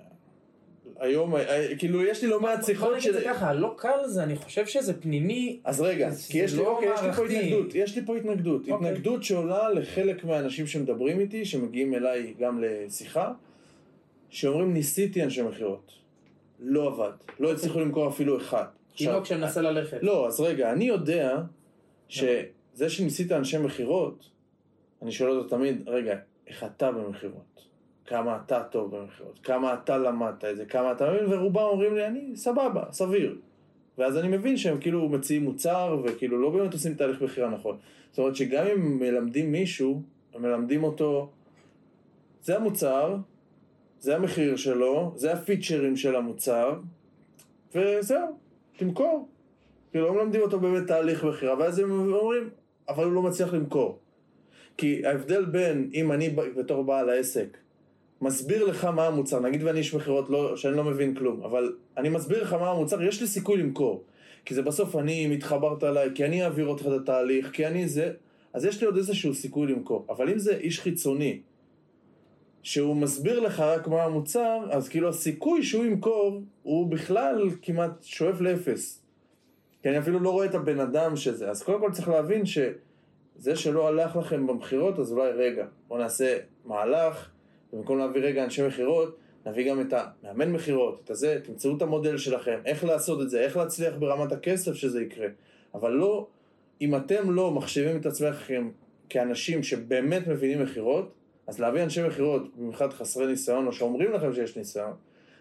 היום, כאילו יש לי לא מעט שיחות בוא נגיד את זה ככה, לא קל זה, אני חושב שזה פנימי. אז רגע, כי יש לי פה התנגדות, יש לי פה התנגדות. התנגדות שעולה לחלק מהאנשים שמדברים איתי, שמגיעים אליי גם לשיחה, שאומרים ניסיתי אנשי מחירות. לא עבד, לא הצליחו למכור אפילו אחד. תינוק שננסה ללכת. לא, אז רגע, אני יודע שזה שניסית אנשי מחירות, אני שואל אותו תמיד, רגע, איך אתה במחירות? כמה אתה טוב במחירות? כמה אתה למדת את זה? כמה אתה מבין? ורובם אומרים לי, אני סבבה, סביר. ואז אני מבין שהם כאילו מציעים מוצר, וכאילו לא באמת עושים תהליך מחירה נכון. זאת אומרת שגם אם מלמדים מישהו, הם מלמדים אותו, זה המוצר, זה המחיר שלו, זה הפיצ'רים של המוצר, וזהו, תמכור. כאילו לא מלמדים אותו באמת תהליך מחירה, ואז הם אומרים, אבל הוא לא מצליח למכור. כי ההבדל בין, אם אני בתור בעל העסק, מסביר לך מה המוצר, נגיד ואני איש מחירות שאני לא מבין כלום, אבל אני מסביר לך מה המוצר, יש לי סיכוי למכור. כי זה בסוף אני מתחברת עליי, כי אני אעביר אותך את התהליך, כי אני זה, אז יש לי עוד איזשהו סיכוי למכור. אבל אם זה איש חיצוני, שהוא מסביר לך רק מה המוצר, אז כאילו הסיכוי שהוא ימכור, הוא בכלל כמעט שואף לאפס. כי אני אפילו לא רואה את הבן אדם שזה. אז קודם כל צריך להבין שזה שלא הלך לכם במחירות, אז אולי רגע, בוא נעשה מהלך, ובמקום להביא רגע אנשי מחירות, נביא גם את המאמן מחירות, את הזה, תמצאו את המודל שלכם, איך לעשות את זה, איך להצליח ברמת הכסף שזה יקרה. אבל לא, אם אתם לא מחשיבים את עצמכם כאנשים שבאמת מבינים מחירות, אז להביא אנשי מחירות, במיוחד חסרי ניסיון, או שאומרים לכם שיש ניסיון,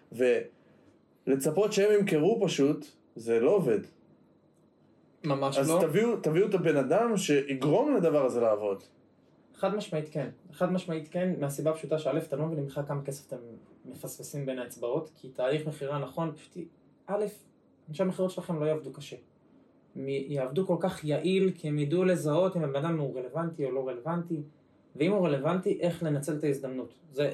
ולצפות שהם ימכרו פשוט, זה לא עובד. ממש אז לא. אז תביאו את הבן אדם שיגרום לדבר הזה לעבוד. חד משמעית כן. חד משמעית כן, מהסיבה פשוטה שא' אתם לא מבינים בכלל כמה כסף אתם מפספסים בין האצבעות, כי תהליך מחירה נכון, פשוט א', אנשי המחירות שלכם לא יעבדו קשה. יעבדו כל כך יעיל, כי הם ידעו לזהות אם הבן אדם הוא רלוונטי או לא רלוונטי, ואם הוא רלוונטי, איך לנצל את ההזדמנות. זה...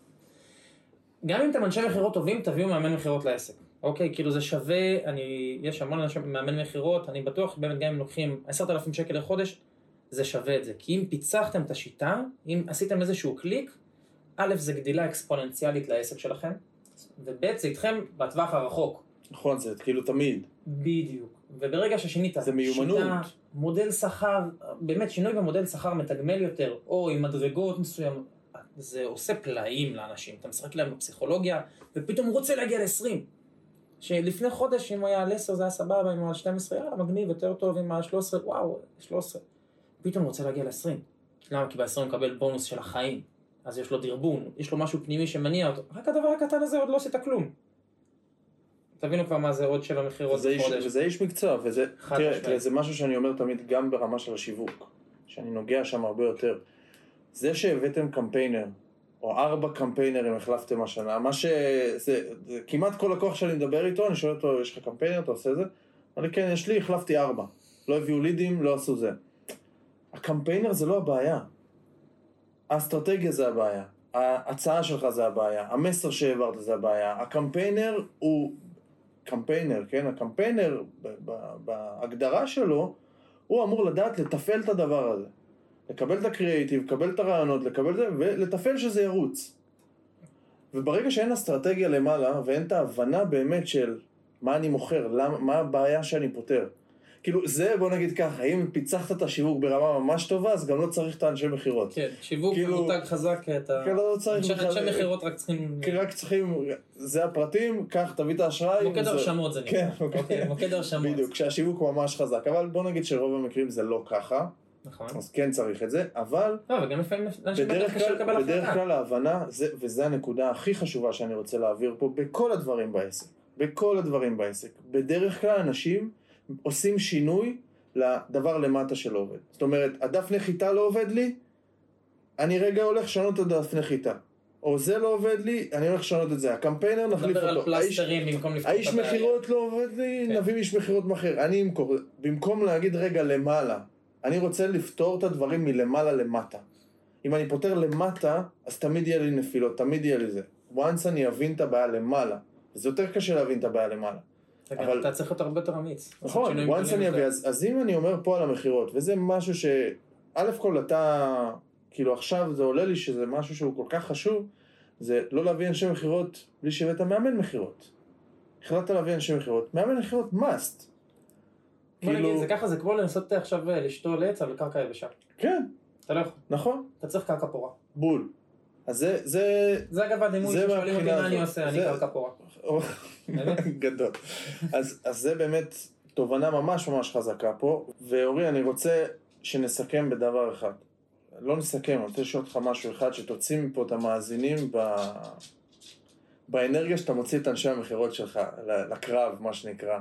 גם אם אתם אנשי מחירות טובים, תביאו מאמן מחירות לעסק. אוקיי, כאילו זה שווה, יש המון אנשים מאמן מחירות, אני בטוח באמת גם אם לוקחים 10,000 שקל לחודש, זה שווה את זה. כי אם פיצחתם את השיטה, אם עשיתם איזשהו קליק, א', זה גדילה אקספוננציאלית לעסק שלכם, וב', זה איתכם בטווח הרחוק. נכון, זה כאילו תמיד. בדיוק. וברגע ששינית, זה מיומנות. שיטה, מודל שכר, באמת שינוי במודל שכר מתגמל יותר, או עם מדרגות מסוים, זה עושה פלאים לאנשים. אתה משחק להם בפסיכולוגיה, ופתאום הוא רוצה להגיע ל-20. שלפני חודש, אם הוא היה על 10, זה היה סבבה, אם הוא על 12, יאללה, מגניב, יותר טוב, אם הוא על 13, וואו, 13. פתאום הוא רוצה להגיע ל-20. למה? כי ב-20 הוא מקבל בונוס של החיים. אז יש לו דרבון, יש לו משהו פנימי שמניע אותו. רק הדבר הקטן הזה עוד לא עשית כלום. תבינו כבר מה זה עוד 7 מחירות בחודש. וזה איש מקצוע, וזה, תראה, זה משהו שאני אומר תמיד גם ברמה של השיווק, שאני נוגע שם הרבה יותר. זה שהבאתם קמפיינר, או 4 קמפיינרים החלפתם השנה, מה שזה, כמעט כל לקוח שאני מדבר איתו, אני שואל אותו, יש לך קמפיינר, אתה עושה זה? אני כן, יש לי, החלפתי 4. לא הביאו לידים, לא עשו זה. הקמפיינר זה לא הבעיה. האסטרטגיה זה הבעיה. ההצעה שלך זה הבעיה. המסר שהעברת זה הבעיה. הקמפיינר הוא קמפיינר, כן? הקמפיינר בהגדרה שלו, הוא אמור לדעת לתפעל את הדבר הזה. לקבל את הקריאיטיב, לקבל את הרעיונות, לקבל זה, ולתפעל שזה ירוץ. וברגע שאין אסטרטגיה למעלה, ואין את ההבנה באמת של מה אני מוכר, מה הבעיה שאני פותר. כאילו זה, בוא נגיד ככה, אם פיצחת את השיווק ברמה ממש טובה, אז גם לא צריך את האנשי מחירות. כן, שיווק מותג חזק, אנשי מחירות רק צריכים... רק צריכים, זה הפרטים, קח, תביא את האשראי. מוקד הרשמות זה נקרא. כן, מוקד הרשמות. בדיוק, כשהשיווק ממש חזק, אבל בוא נגיד שרוב המקרים זה לא ככה. נכון. אז כן צריך את זה, אבל... לא, וגם לפעמים אנשים בטח קשה לקבל החלטה. בדרך כלל ההבנה, וזה הנקודה הכי חשובה שאני רוצה להעביר פה, בכל הדברים בעסק. בכל הדברים בעסק. בדרך כלל אנשים עושים שינוי לדבר למטה שלא עובד. זאת אומרת, הדף נחיתה לא עובד לי, אני רגע הולך לשנות את הדף נחיתה. או זה לא עובד לי, אני הולך לשנות את זה. הקמפיינר נחליף אותו. נדבר על פלסטרים במקום לפתור את האיש מחירות לא עובד לי, נביא איש מחירות אחר. אני אמכור, במקום להגיד רגע למעלה, אני רוצה לפתור את הדברים מלמעלה למטה. אם אני פותר למטה, אז תמיד יהיה לי נפילות, תמיד יהיה לי זה. once אני אבין את הבעיה למעלה, זה יותר קשה להבין את הבעיה למעלה. אבל אתה צריך להיות הרבה יותר אמיץ. נכון, once אני אבין, אז אם אני אומר פה על המחירות, וזה משהו ש... א' כל אתה, כאילו עכשיו זה עולה לי שזה משהו שהוא כל כך חשוב, זה לא להביא אנשי מחירות בלי שהבאת מאמן מחירות. החלטת להביא אנשי מחירות, מאמן מחירות must. בוא נגיד, זה ככה, זה כמו לנסות עכשיו לשתול עץ על קרקע יבשה. כן. אתה לא יכול. נכון. אתה צריך קרקע פורה. בול. אז זה אגב הדימוי ששואלים אותי מה אני עושה, אני קרקע פורה. גדול. אז זה באמת תובנה ממש ממש חזקה פה, ואורי, אני רוצה שנסכם בדבר אחד. לא נסכם, אני רוצה לשאול אותך משהו אחד, שתוציא מפה את המאזינים באנרגיה שאתה מוציא את אנשי המחירות שלך, לקרב, מה שנקרא.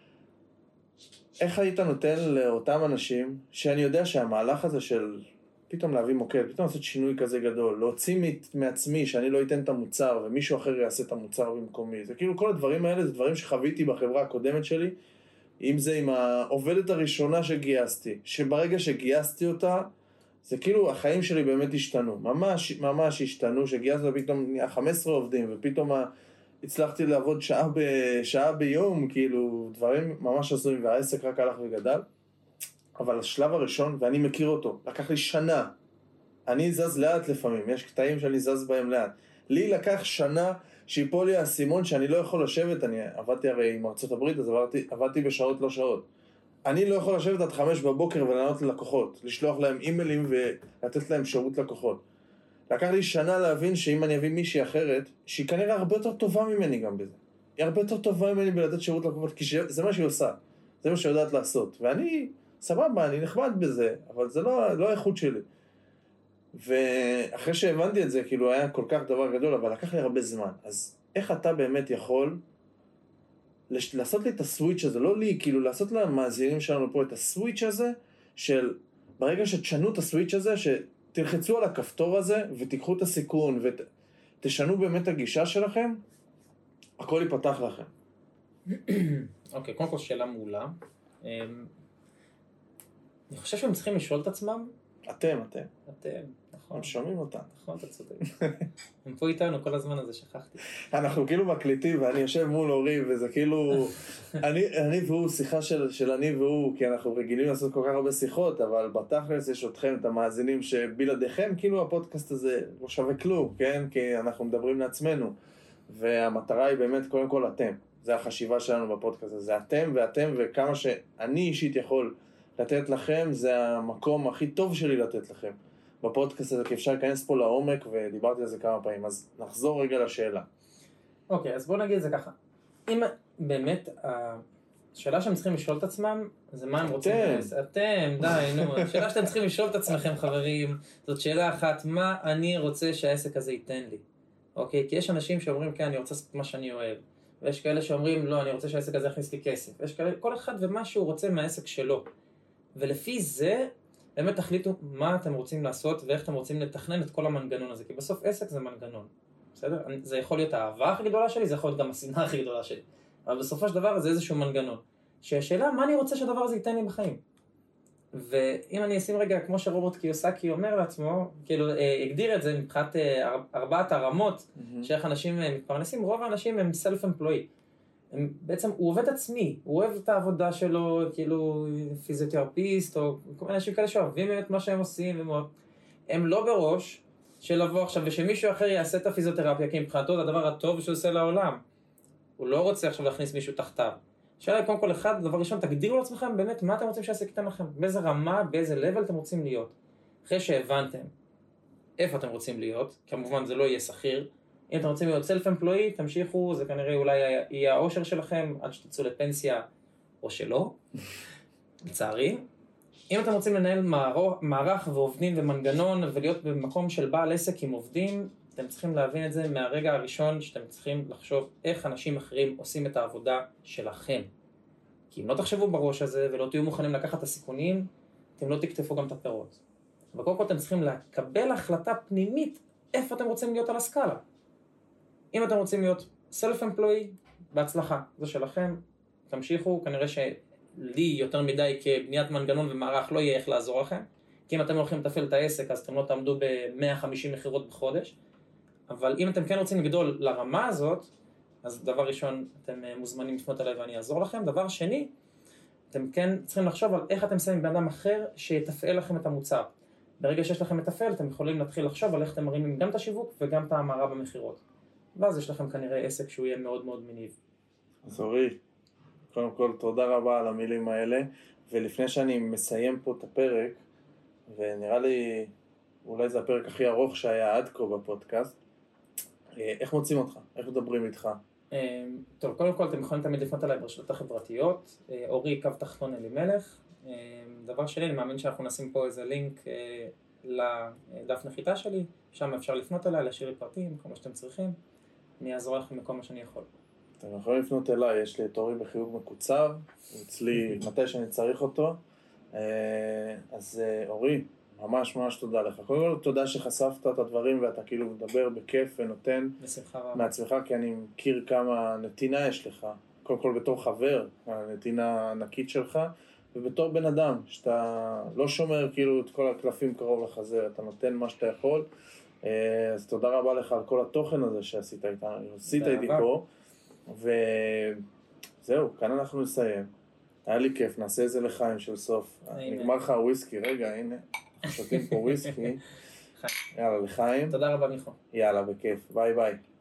איך היית נותן לאותם אנשים, שאני יודע שהמהלך הזה של פתאום להביא מוקד, פתאום לעשות שינוי כזה גדול, להוציא מעצמי שאני לא אתן את המוצר, ומישהו אחר יעשה את המוצר במקומי. זה כאילו כל הדברים האלה, זה דברים שחוויתי בחברה הקודמת שלי, אם זה עם העובדת הראשונה שגייסתי, שברגע שגייסתי אותה, זה כאילו החיים שלי באמת השתנו, ממש ממש השתנו, שגייסתי ופתאום נהיה 15 עובדים, ופתאום הצלחתי לעבוד שעה ביום, כאילו דברים ממש עזויים, והעסק רק הלך וגדל. אבל השלב הראשון, ואני מכיר אותו, לקח לי שנה. אני זז לאט לפעמים, יש קטעים שאני זז בהם לאט. לי לקח שנה שיפול לי הסימון שאני לא יכול לשבת, אני עבדתי הרי עם ארצות הברית, אז עבדתי בשעות לא שעות. אני לא יכול לשבת עד 5 בבוקר ולענות ללקוחות, לשלוח להם אימיילים ולתת להם שירות לקוחות. לקח לי שנה להבין שאם אני אביא מישהי אחרת, שהיא כנראה הרבה יותר טובה ממני גם בזה. היא הרבה יותר טובה ממני בלתת שירות לקוחות, כי זה מה שהיא עושה. זה מה שהיא יודעת לעשות. ואני, סבבה, אני נחמד בזה, אבל זה לא האיכות שלי. ואחרי שהבנתי את זה, כאילו היה כל כך דבר גדול, אבל לקח לי הרבה זמן. אז איך אתה באמת יכול לעשות לי את הסוויץ' הזה, לא לי, כאילו לעשות למאזינים שלנו פה את הסוויץ' הזה, של ברגע שתשנו את הסוויץ' הזה, תלחצו על הכפתור הזה ותיקחו את הסיכון ותשנו באמת את הגישה שלכם, הכל ייפתח לכם. אוקיי, קודם כל שאלה מעולה. אני חושב שהם צריכים לשאול את עצמם. אתם, נכון. הם שומעים אותם. נכון, אתה צודק. הם פה איתנו כל הזמן הזה, שכחתי. אנחנו כאילו מקליטים ואני יושב מול אורי וזה כאילו, אני והוא, שיחה של אני והוא, כי אנחנו רגילים לעשות כל כך הרבה שיחות, אבל בתכלס יש אתכם, את המאזינים שבלעדיכם, כאילו הפודקאסט הזה לא שווה כלום, כן? כי אנחנו מדברים לעצמנו, והמטרה היא באמת קודם כל אתם. זה החשיבה שלנו בפודקאסט הזה, זה אתם ואתם, וכמה שאני אישית יכול לתת לכם, זה המקום הכי טוב שלי לתת לכם. בפודקאסט הזה, כי אפשר להיכנס פה לעומק, ודיברתי על זה כמה פעמים, אז נחזור רגע לשאלה. אוקיי, אז בואו נגיד את זה ככה. אם באמת, השאלה שהם צריכים לשאול את עצמם, זה מה הם רוצים לעשות. אתם, די, נו. השאלה שאתם צריכים לשאול את עצמכם, חברים, זאת שאלה אחת, מה אני רוצה שהעסק הזה ייתן לי? אוקיי, כי יש אנשים שאומרים, כן, אני רוצה לעשות מה שאני אוהב. ויש כאלה שאומרים, לא, אני רוצה שהעסק הזה יכניס לי כסף. ויש כאלה, כל אחד ומה שהוא רוצה מהעסק שלו. ולפי זה, באמת תחליטו מה אתם רוצים לעשות ואיך אתם רוצים לתכנן את כל המנגנון הזה, כי בסוף עסק זה מנגנון, בסדר? זה יכול להיות האהבה הכי גדולה שלי, זה יכול להיות גם השנאה הכי גדולה שלי, אבל בסופו של דבר זה איזשהו מנגנון, שהשאלה מה אני רוצה שהדבר הזה ייתן לי בחיים, ואם אני אשים רגע, כמו שרובוט קיוסקי אומר לעצמו, כאילו הגדיר את זה מבחינת 4 הרמות, שאיך אנשים מתפרנסים, רוב האנשים הם self-employed, בעצם הוא עובד עצמי, הוא אוהב את העבודה שלו, כאילו פיזיותרפיסט, או כל מיני אנשים כאלה שאוהבים את מה שהם עושים, הם לא בראש של לבוא עכשיו, ושמישהו אחר יעשה את הפיזיותרפיה, כי מבחינתו זה הדבר הטוב שהוא עושה לעולם. הוא לא רוצה עכשיו להכניס מישהו תחתיו. שאלה קודם כל אחד, דבר ראשון, תגדירו לעצמכם באמת מה אתם רוצים שהעסק ייתן לכם, באיזה רמה, באיזה לבל אתם רוצים להיות. אחרי שהבנתם איפה אתם רוצים להיות, כמובן זה לא יהיה שכיר, אם אתם רוצים להיות self-employed, תמשיכו, זה כנראה אולי יהיה האושר שלכם עד שתצאו לפנסיה או שלא, לצערי. אם אתם רוצים לנהל מערך ועובדים ומנגנון ולהיות במקום של בעל עסק עם עובדים, אתם צריכים להבין את זה מהרגע הראשון שאתם צריכים לחשוב איך אנשים אחרים עושים את העבודה שלכם. כי אם לא תחשבו בראש הזה ולא תהיו מוכנים לקחת את הסיכונים, אתם לא תקטפו גם את הפירות. אבל קודם כל אתם צריכים לקבל החלטה פנימית איפה אתם רוצים להיות על הסקאלה. אם אתם רוצים להיות self-employed, בהצלחה, זה שלכם, תמשיכו, כנראה שלי יותר מדי כבניית מנגנון ומערך לא יהיה איך לעזור לכם, כי אם אתם הולכים לתפעל את העסק אז אתם לא תעמדו ב-150 מחירות בחודש, אבל אם אתם כן רוצים לגדול לרמה הזאת, אז דבר ראשון, אתם מוזמנים לפנות אליי ואני אעזור לכם. דבר שני, אתם כן צריכים לחשוב על איך אתם שמים בן אדם אחר שיתפעל לכם את המוצר. ברגע שיש לכם מתפעל, אתם יכולים להתחיל לחשוב על איך אתם מרימים גם את השיווק וגם את ההמרה במחירות. ואז יש לכם כנראה עסק שהוא יהיה מאוד מאוד מניב. אז אורי, קודם כל תודה רבה על המילים האלה, ולפני שאני מסיים פה את הפרק, ונראה לי אולי זה הפרק הכי ארוך שהיה עד כה בפודקאסט, איך מוצאים אותך? איך מדברים איתך? טוב, קודם כל אתם יכולים תמיד לפנות עליי ברשתות החברתיות, אורי _אלימלך. דבר שני, אני מאמין שאנחנו נשים פה איזה לינק לדף נחיתה שלי, שם אפשר לפנות אליי, להשאיר לי פרטים, כל מה שאתם צריכים, אני אעזור לכם בכל מה שאני יכול. אתם יכולים לפנות אליי, יש לי את אורי בחיוג מקוצר, אצלי מתי שאני צריך אותו, אז אורי, ממש ממש תודה לך. קודם כל תודה שחשפת את הדברים ואתה כאילו מדבר בכיף ונותן מעצמך, כי אני מכיר כמה נתינה יש לך, קודם כל בתור חבר, הנתינה הענקית שלך, ובתור בן אדם, שאתה לא שומר כאילו את כל הקלפים קרוב לחזר, אתה נותן מה שאתה יכול, אז תודה רבה לך על כל התוכן הזה שעשית איתי פה, וזהו, כאן אנחנו נסיים. היה לי כיף, נעשה איזה לחיים של סוף. נגמר לך הוויסקי, רגע, הנה, שותים פה וויסקי. יאללה, לחיים. תודה רבה מיכו. יאללה, בכיף, ביי ביי.